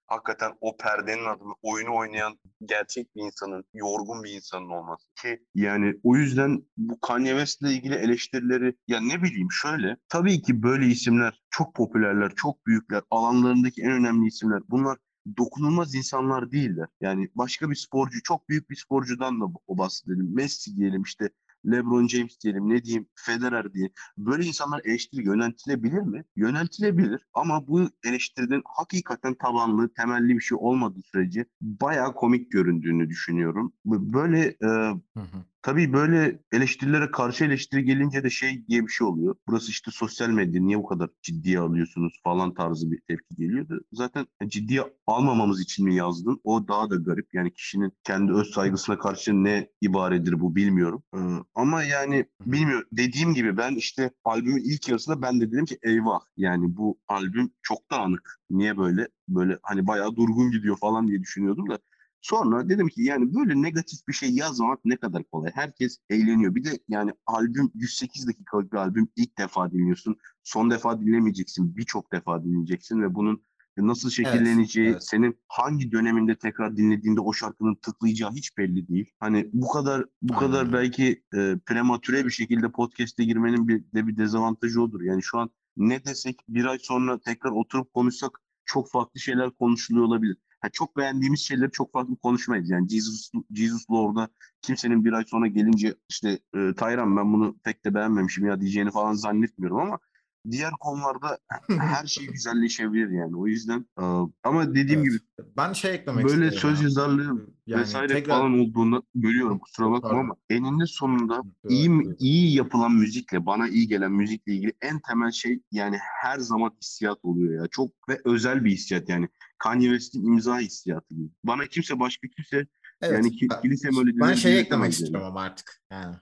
hakikaten o perdenin ardında oyunu oynayan gerçek bir insanın, yorgun bir insanın olması. Ki yani o yüzden bu Kanye West'le ilgili eleştirileri ya ne bileyim şöyle. Tabii ki böyle isimler çok popülerler, çok büyükler, alanlarındaki en önemli isimler. Bunlar dokunulmaz insanlar değiller. Yani başka bir sporcu, çok büyük bir sporcudan da o bahsedelim. Messi diyelim işte, LeBron James diyelim, ne diyeyim, Federer diye. Böyle insanlar eleştiri yöneltilebilir mi? Yöneltilebilir ama bu eleştirinin hakikaten tabanlı, temelli bir şey olmadığı sürece bayağı komik göründüğünü düşünüyorum. Böyle Hı hı. tabii böyle eleştirilere karşı eleştiri gelince de şey diye bir şey oluyor. Burası işte sosyal medya, niye bu kadar ciddiye alıyorsunuz falan tarzı bir tepki geliyordu. Zaten ciddiye almamamız için mi yazdın? O daha da garip. Yani kişinin kendi öz saygısına karşı ne ibaredir bu bilmiyorum. Ama yani Hı hı. bilmiyorum. Dediğim gibi ben işte albümün ilk yarısında ben de dedim ki eyvah, yani bu albüm çok dağınık. Niye böyle? Böyle hani bayağı durgun gidiyor falan diye düşünüyordum da. Sonra dedim ki yani böyle negatif bir şey yazmak ne kadar kolay. Herkes eğleniyor. Bir de yani albüm 108 dakikalık bir albüm, ilk defa dinliyorsun. Son defa dinlemeyeceksin. Birçok defa dinleyeceksin ve bunun nasıl Evet. şekilleneceği, Evet. senin hangi döneminde tekrar dinlediğinde o şarkının tıklayacağı hiç belli değil. Hani bu kadar Aynen öyle. belki prematüre bir şekilde podcast'e girmenin bir dezavantajı odur. Yani şu an ne desek bir ay sonra tekrar oturup konuşsak çok farklı şeyler konuşuluyor olabilir. Ha, çok beğendiğimiz şeyleri çok farklı konuşmayız. Yani Jesus Lord'a kimsenin bir ay sonra gelince işte Tayran ben bunu pek de beğenmemişim ya diyeceğini falan zannetmiyorum ama diğer konularda her şey güzelleşebilir yani. O yüzden ama dediğim gibi Evet. Ben şey eklemek böyle isterim söz ya. yazarlığı Yani vesaire tekrar falan olduğunu görüyorum, kusura bakma, pardon. ama eninde sonunda iyi Evet, buyur. iyi yapılan müzikle, bana iyi gelen müzikle ilgili en temel şey yani her zaman hissiyat oluyor ya. Çok ve özel bir hissiyat yani. Kanye West'in imza hissiyatı gibi. Bana kimse, başka kimse yani Evet. kilise Ben melodileri şey eklemek dinletemez yani. istiyorum ama artık. Yani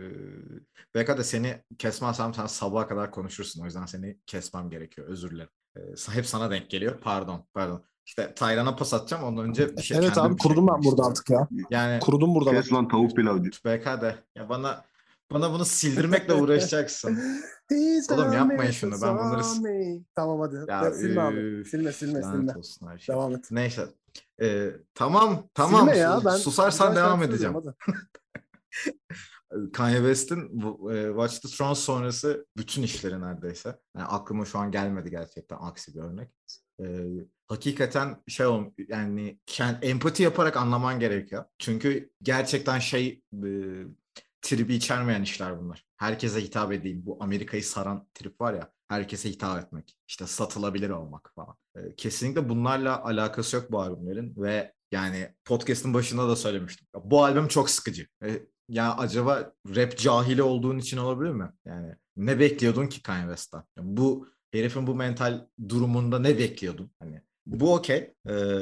BK'da seni kesmezsem sen sabaha kadar konuşursun. O yüzden seni kesmem gerekiyor. Özür dilerim. Hep sana denk geliyor. Pardon. Pardon. İşte Tayran'a pas atacağım. Ondan önce Evet abi kendim bir şey kurudum eklemek ben burada istiyorum. artık ya. Yani Kurudum burada ben. Kes lan tavuk pilavcı. BK'da ya bana bunu sildirmekle uğraşacaksın. He Oğlum tell yapmayın me to şunu. Ben bunları me. Tamam hadi. ya Ya silme abi. Silme lanet silme. olsun her şey. Devam et. Neyse. Tamam tamam Silme ya, ben susarsan güzel şarkı devam söylüyorum edeceğim. hadi. Kanye West'in bu Watch the Throne sonrası bütün işleri neredeyse. Yani aklıma şu an gelmedi gerçekten aksi bir örnek. E, Hakikaten yani empati yaparak anlaman gerekiyor. Çünkü gerçekten tribi içermeyen işler bunlar. Herkese hitap edeyim. Bu Amerika'yı saran trip var ya. Herkese hitap etmek. İşte satılabilir olmak falan. Kesinlikle bunlarla alakası yok bu albümlerin ve yani podcast'ın başında da söylemiştim. Bu albüm çok sıkıcı. Ya acaba rap cahili olduğun için olabilir mi? Yani ne bekliyordun ki Kanye West'ten? Yani bu herifin bu mental durumunda ne bekliyordun? Hani bu okey.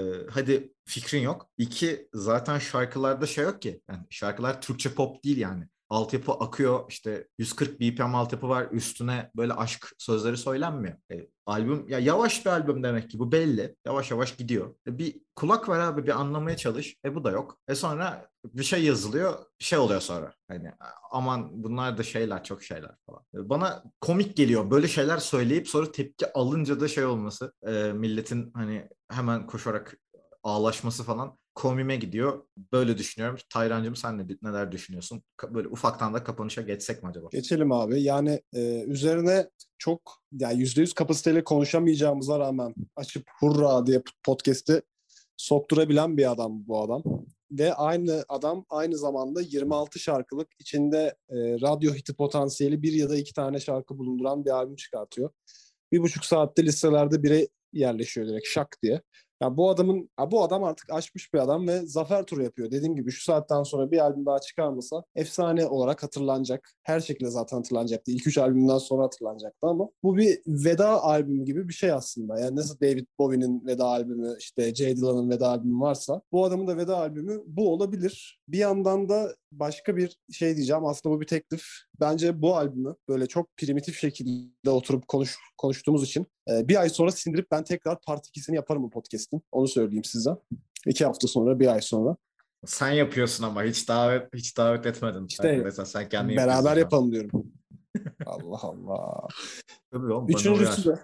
Hadi fikrin yok. İki, zaten şarkılarda şey yok ki. Yani şarkılar Türkçe pop değil yani. Altyapı akıyor, işte 140 BPM altyapı var, üstüne böyle aşk sözleri söylenmiyor. Albüm ya yavaş bir albüm demek ki, bu belli. Yavaş yavaş gidiyor. Bir kulak ver abi, bir anlamaya çalış. Bu da yok. Sonra bir şey yazılıyor, bir şey oluyor sonra. Hani aman bunlar da şeyler, çok şeyler falan. Bana komik geliyor böyle şeyler söyleyip sonra tepki alınca da şey olması. Milletin hani hemen koşarak ağlaşması falan komime gidiyor. Böyle düşünüyorum. Tayrancığım sen neler düşünüyorsun? Böyle ufaktan da kapanışa geçsek mi acaba? Geçelim abi. Yani üzerine çok yani %100 kapasiteyle konuşamayacağımıza rağmen açıp hurra diye podcast'i sokturabilen bir adam bu adam. Ve aynı adam aynı zamanda 26 şarkılık içinde radyo hiti potansiyeli bir ya da iki tane şarkı bulunduran bir albüm çıkartıyor. 1,5 saatte listelerde bire yerleşiyor direkt şak diye. Ya bu adam artık aşmış bir adam ve zafer turu yapıyor. Dediğim gibi şu saatten sonra bir albüm daha çıkarmasa efsane olarak hatırlanacak. Her şekilde zaten hatırlanacaktı. İlk üç albümden sonra hatırlanacaktı ama bu bir veda albümü gibi bir şey aslında. Yani nasıl David Bowie'nin veda albümü, işte Jay Dillon'ın veda albümü varsa bu adamın da veda albümü bu olabilir. Bir yandan da başka bir şey diyeceğim. Aslında bu bir teklif. Bence bu albümü böyle çok primitif şekilde oturup konuştuğumuz için bir ay sonra sindirip ben tekrar part 2'sini yaparım bu podcast'in. Onu söyleyeyim size. 2 hafta sonra, bir ay sonra. Sen yapıyorsun ama hiç davet etmedin. İşte Mesela sen kendin yapıyorsun beraber şu an. yapalım diyorum. Allah Allah. Tabii oğlum, bana Üçüncüsü de uyar.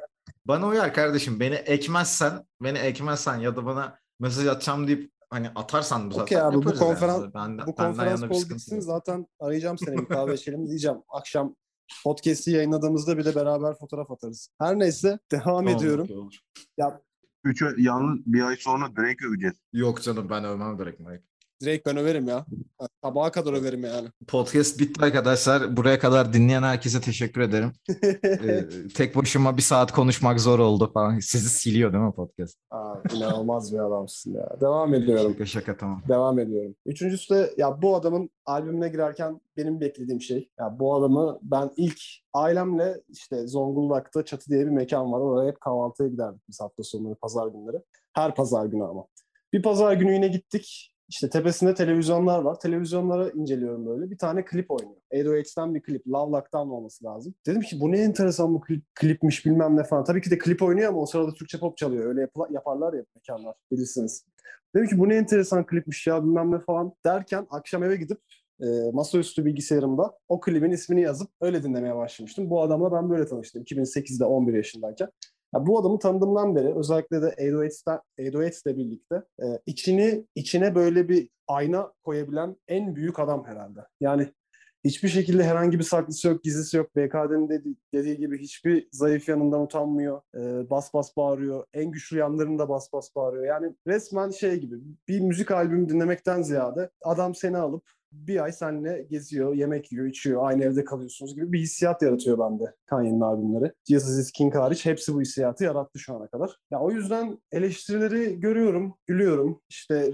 Bana uyar kardeşim. Beni ekmezsen ya da bana mesaj atacağım deyip hani atarsan bu Okey zaten abi, yaparız yani. bu Benden konferans yana bir call sıkıntı bitsin, yok. zaten arayacağım seni, bir kahve içelim diyeceğim. Akşam podcast'i yayınladığımızda bir de beraber fotoğraf atarız. Her neyse, devam Tamam, ediyorum. okey, olur. Ya Yalnız bir ay sonra Drake öveceğiz. Yok canım, ben övmem direkt. direkt ben överim ya. Sabaha kadar överim yani. Podcast bitti arkadaşlar. Buraya kadar dinleyen herkese teşekkür ederim. Tek başıma bir saat konuşmak zor oldu falan. Sizi siliyor değil mi podcast? İnanılmaz bir adamsın ya. Devam ediyorum. Şaka şaka, tamam. Devam ediyorum. Üçüncüsü de ya, bu adamın albümüne girerken benim beklediğim şey. Ya bu adamı ben ilk ailemle işte Zonguldak'ta Çatı diye bir mekan var. Oraya hep kahvaltıya giderdik biz hafta sonları, pazar günleri. Her pazar günü ama. Bir pazar günü yine gittik. İşte tepesinde televizyonlar var. Televizyonları inceliyorum böyle. Bir tane klip oynuyor. 808'ten bir klip. Love Lockdown olması lazım. Dedim ki bu ne enteresan bu klipmiş bilmem ne falan. Tabii ki de klip oynuyor ama o sırada Türkçe pop çalıyor. Öyle yaparlar ya mekanlar, bilirsiniz. Dedim ki bu ne enteresan klipmiş ya bilmem ne falan derken akşam eve gidip masaüstü bilgisayarımda o klibin ismini yazıp öyle dinlemeye başlamıştım. Bu adamla ben böyle tanıştım 2008'de 11 yaşındayken. Ya bu adamı tanıdığımdan beri özellikle de 808'le birlikte içine böyle bir ayna koyabilen en büyük adam herhalde. Yani hiçbir şekilde herhangi bir saklısı yok, gizlisi yok. BKD'nin dediği gibi hiçbir zayıf yanından utanmıyor. Bas bas bağırıyor. En güçlü yanlarında bas bas bağırıyor. Yani resmen şey gibi, bir müzik albümü dinlemekten ziyade adam seni alıp bir ay seninle geziyor, yemek yiyor, içiyor, aynı evde kalıyorsunuz gibi bir hissiyat yaratıyor bende Kanye'nin albümleri. Jesus is King hariç hepsi bu hissiyatı yarattı şu ana kadar. Ya o yüzden eleştirileri görüyorum, gülüyorum. İşte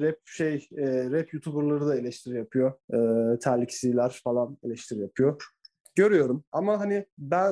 rap YouTuber'ları da eleştiri yapıyor. Terliksiler falan eleştiri yapıyor. Görüyorum ama hani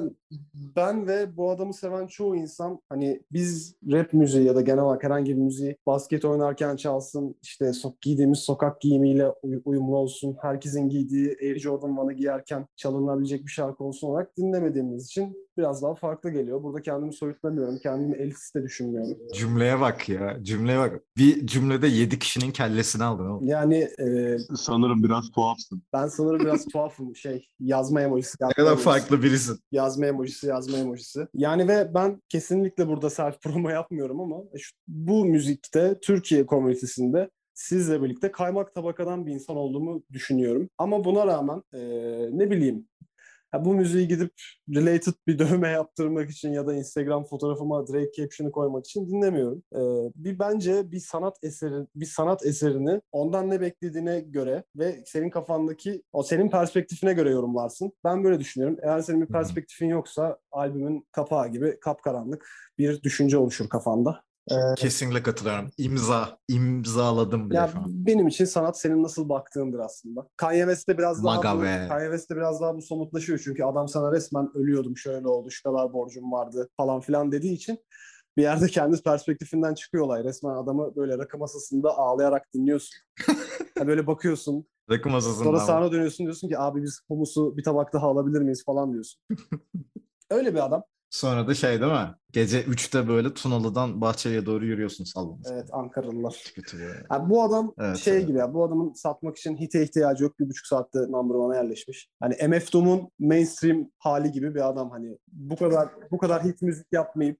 ben ve bu adamı seven çoğu insan, hani biz rap müziği ya da genel olarak herhangi bir müziği basket oynarken çalsın, işte giydiğimiz sokak giyimiyle uyumlu olsun, herkesin giydiği Air Jordan 1'ı giyerken çalınabilecek bir şarkı olsun olarak dinlemediğimiz için biraz daha farklı geliyor. Burada kendimi soyutlamıyorum, kendimi elitist de düşünmüyorum. Cümleye bak ya. Cümleye bak. Bir cümlede 7 kişinin kellesini aldın oğlum. Yani Sanırım biraz tuhafsın. ben sanırım biraz tuhafım, yazma emojisi. Ne kadar farklı birisin. Yazma emojisi. Yani ve ben kesinlikle burada self promo yapmıyorum ama bu müzikte, Türkiye komünitesinde sizle birlikte kaymak tabakadan bir insan olduğumu düşünüyorum. Ama buna rağmen ne bileyim, bu müziği gidip related bir dövme yaptırmak için ya da Instagram fotoğrafıma Drake caption'ı koymak için dinlemiyorum. Bence bir sanat eserini ondan ne beklediğine göre ve senin kafandaki, o senin perspektifine göre yorumlarsın. Ben böyle düşünüyorum. Eğer senin bir perspektifin yoksa albümün kapağı gibi kapkaranlık bir düşünce oluşur kafanda. Kesinlikle katılıyorum. İmzaladım bile Ya şu an. benim için sanat senin nasıl baktığındır aslında. Kanye West'te Maga be. biraz daha bu somutlaşıyor çünkü adam sana resmen ölüyordum, şöyle oldu, şu kadar borcum vardı falan filan dediği için bir yerde kendi perspektifinden çıkıyor olay. Resmen adamı böyle rakı masasında ağlayarak dinliyorsun. Böyle bakıyorsun. Rakı Sonra masasında ama. sağına humusu diyorsun ki abi biz humusu bir tabak daha alabilir miyiz falan diyorsun. Öyle bir adam. Sonra da değil mi? Gece 3'te böyle Tunalı'dan Bahçeli'ye doğru yürüyorsun sallanır. Evet, Ankaralılar. Kötü böyle. Yani bu adam Evet. gibi ya, bu adamın satmak için hite ihtiyacı yok. 1,5 saatte number one'a yerleşmiş. Hani MF Doom'un mainstream hali gibi bir adam, hani bu kadar hit müzik yapmayıp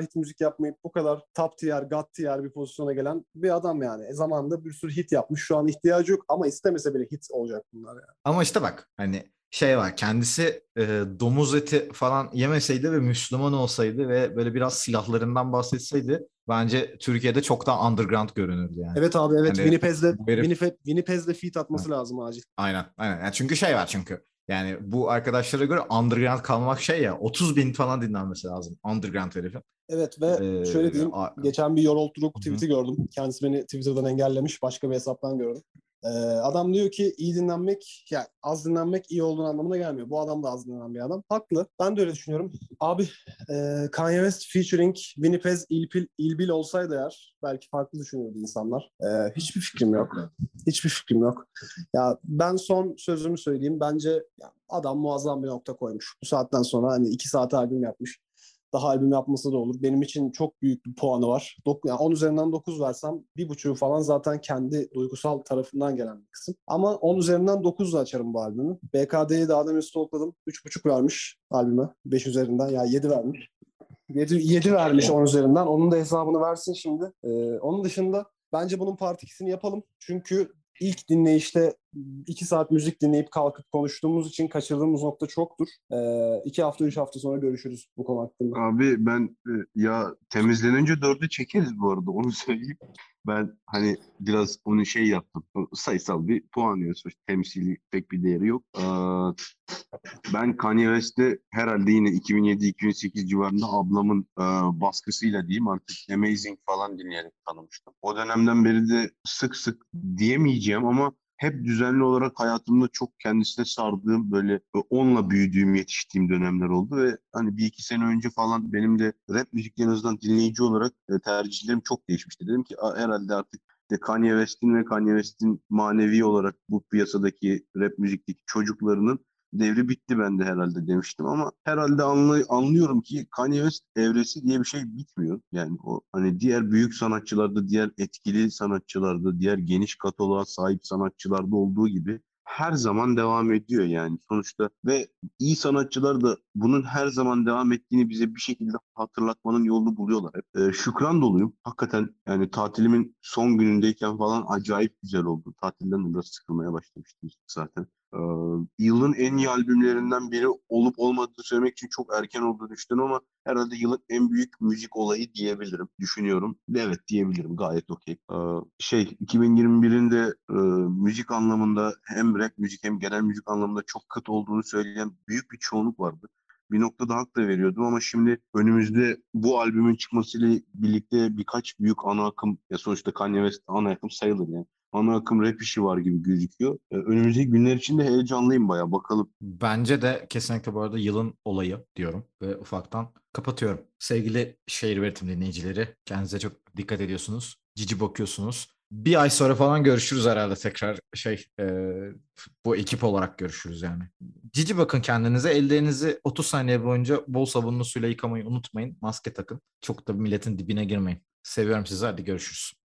bu kadar top tier, god tier bir pozisyona gelen bir adam yani. Zamanında bir sürü hit yapmış. Şu an ihtiyacı yok ama istemese bile hit olacak bunlar yani. Ama işte bak hani var, kendisi domuz eti falan yemeseydi ve Müslüman olsaydı ve böyle biraz silahlarından bahsetseydi bence Türkiye'de çok daha underground görünürdü yani. Evet abi, evet. Hani Winnipeg'le feat atması lazım acil. Aynen. Yani çünkü yani bu arkadaşlara göre underground kalmak ya 30 bin falan dinlenmesi lazım underground herifin. Evet ve şöyle diyeyim, geçen bir Yorol Turuk tweet'i gördüm. Kendisi beni Twitter'dan engellemiş. Başka bir hesaptan gördüm. Adam diyor ki iyi dinlenmek, yani az dinlenmek iyi olduğunu anlamına gelmiyor. Bu adam da az dinlenen bir adam. Haklı. Ben de öyle düşünüyorum. Abi Kanye West featuring Winnipeg İlbil olsaydı eğer belki farklı düşünürdü insanlar. Hiçbir fikrim yok. Ya ben son sözümü söyleyeyim. Bence adam muazzam bir nokta koymuş. Bu saatten sonra hani 2 saat albüm yapmış. Daha albüm yapması da olur. Benim için çok büyük bir puanı var. Yani 10 üzerinden 9 versem 1,5'u falan zaten kendi duygusal tarafından gelen bir kısım. Ama 10 üzerinden 9'la açarım bu albümü. BKD'yi daha demin stalkladım. 3,5 vermiş albüme. 5 üzerinden. Yani 7 vermiş. 7 vermiş 10 üzerinden. Onun da hesabını versin şimdi. Onun dışında bence bunun part 2'sini yapalım. Çünkü ilk dinleyişte 2 saat müzik dinleyip kalkıp konuştuğumuz için kaçırdığımız nokta çoktur. 2 hafta 3 hafta sonra görüşürüz bu konu hakkında. Abi ben ya temizlenince 4'ü çekeriz bu arada, onu söyleyeyim. Ben hani biraz onu şey yaptım. Sayısal bir puan yazıyor. Temsili pek bir değeri yok. Ben Kanye West'te herhalde yine 2007-2008 civarında ablamın baskısıyla diyeyim artık Amazing falan dinleyerek tanımıştım. O dönemden beri de sık sık diyemeyeceğim ama hep düzenli olarak hayatımda çok kendisine sardığım, böyle onunla büyüdüğüm, yetiştiğim dönemler oldu ve hani bir iki sene önce falan benim de rap müzik en azından dinleyici olarak tercihlerim çok değişmişti. Dedim ki herhalde artık de Kanye West'in ve Kanye West'in manevi olarak bu piyasadaki rap müzikteki çocuklarının devri bitti bende herhalde demiştim ama herhalde anlıyorum ki Kanye West evresi diye bir şey bitmiyor. Yani o hani diğer büyük sanatçılarda, diğer etkili sanatçılarda, diğer geniş kataloğa sahip sanatçılarda olduğu gibi her zaman devam ediyor yani sonuçta ve iyi sanatçılar da bunun her zaman devam ettiğini bize bir şekilde hatırlatmanın yolunu buluyorlar hep. Şükran doluyum. Hakikaten yani tatilimin son günündeyken falan acayip güzel oldu. Tatilden de biraz sıkılmaya başlamıştım zaten. Ee, Yılın en iyi albümlerinden biri olup olmadığını söylemek için çok erken olduğunu düşünüyorum ama herhalde yılın en büyük müzik olayı diyebilirim. Düşünüyorum. Evet diyebilirim. Gayet okey. 2021'in de müzik anlamında hem rap müzik hem genel müzik anlamında çok kıt olduğunu söyleyen büyük bir çoğunluk vardı. Bir noktada hak da veriyordum ama şimdi önümüzde bu albümün çıkmasıyla birlikte birkaç büyük ana akım, ya sonuçta Kanye West ana akım sayılır yani. Ana akım rap işi var gibi gözüküyor. Önümüzdeki günler için de heyecanlıyım bayağı. Bakalım. Bence de kesinlikle bu arada yılın olayı diyorum ve ufaktan kapatıyorum. Sevgili şehir üretim dinleyicileri, kendinize çok dikkat ediyorsunuz. Cici bakıyorsunuz. Bir ay sonra falan görüşürüz herhalde tekrar bu ekip olarak görüşürüz yani. Cici bakın kendinize, ellerinizi 30 saniye boyunca bol sabunlu suyla yıkamayı unutmayın. Maske takın. Çok da milletin dibine girmeyin. Seviyorum sizi, hadi görüşürüz.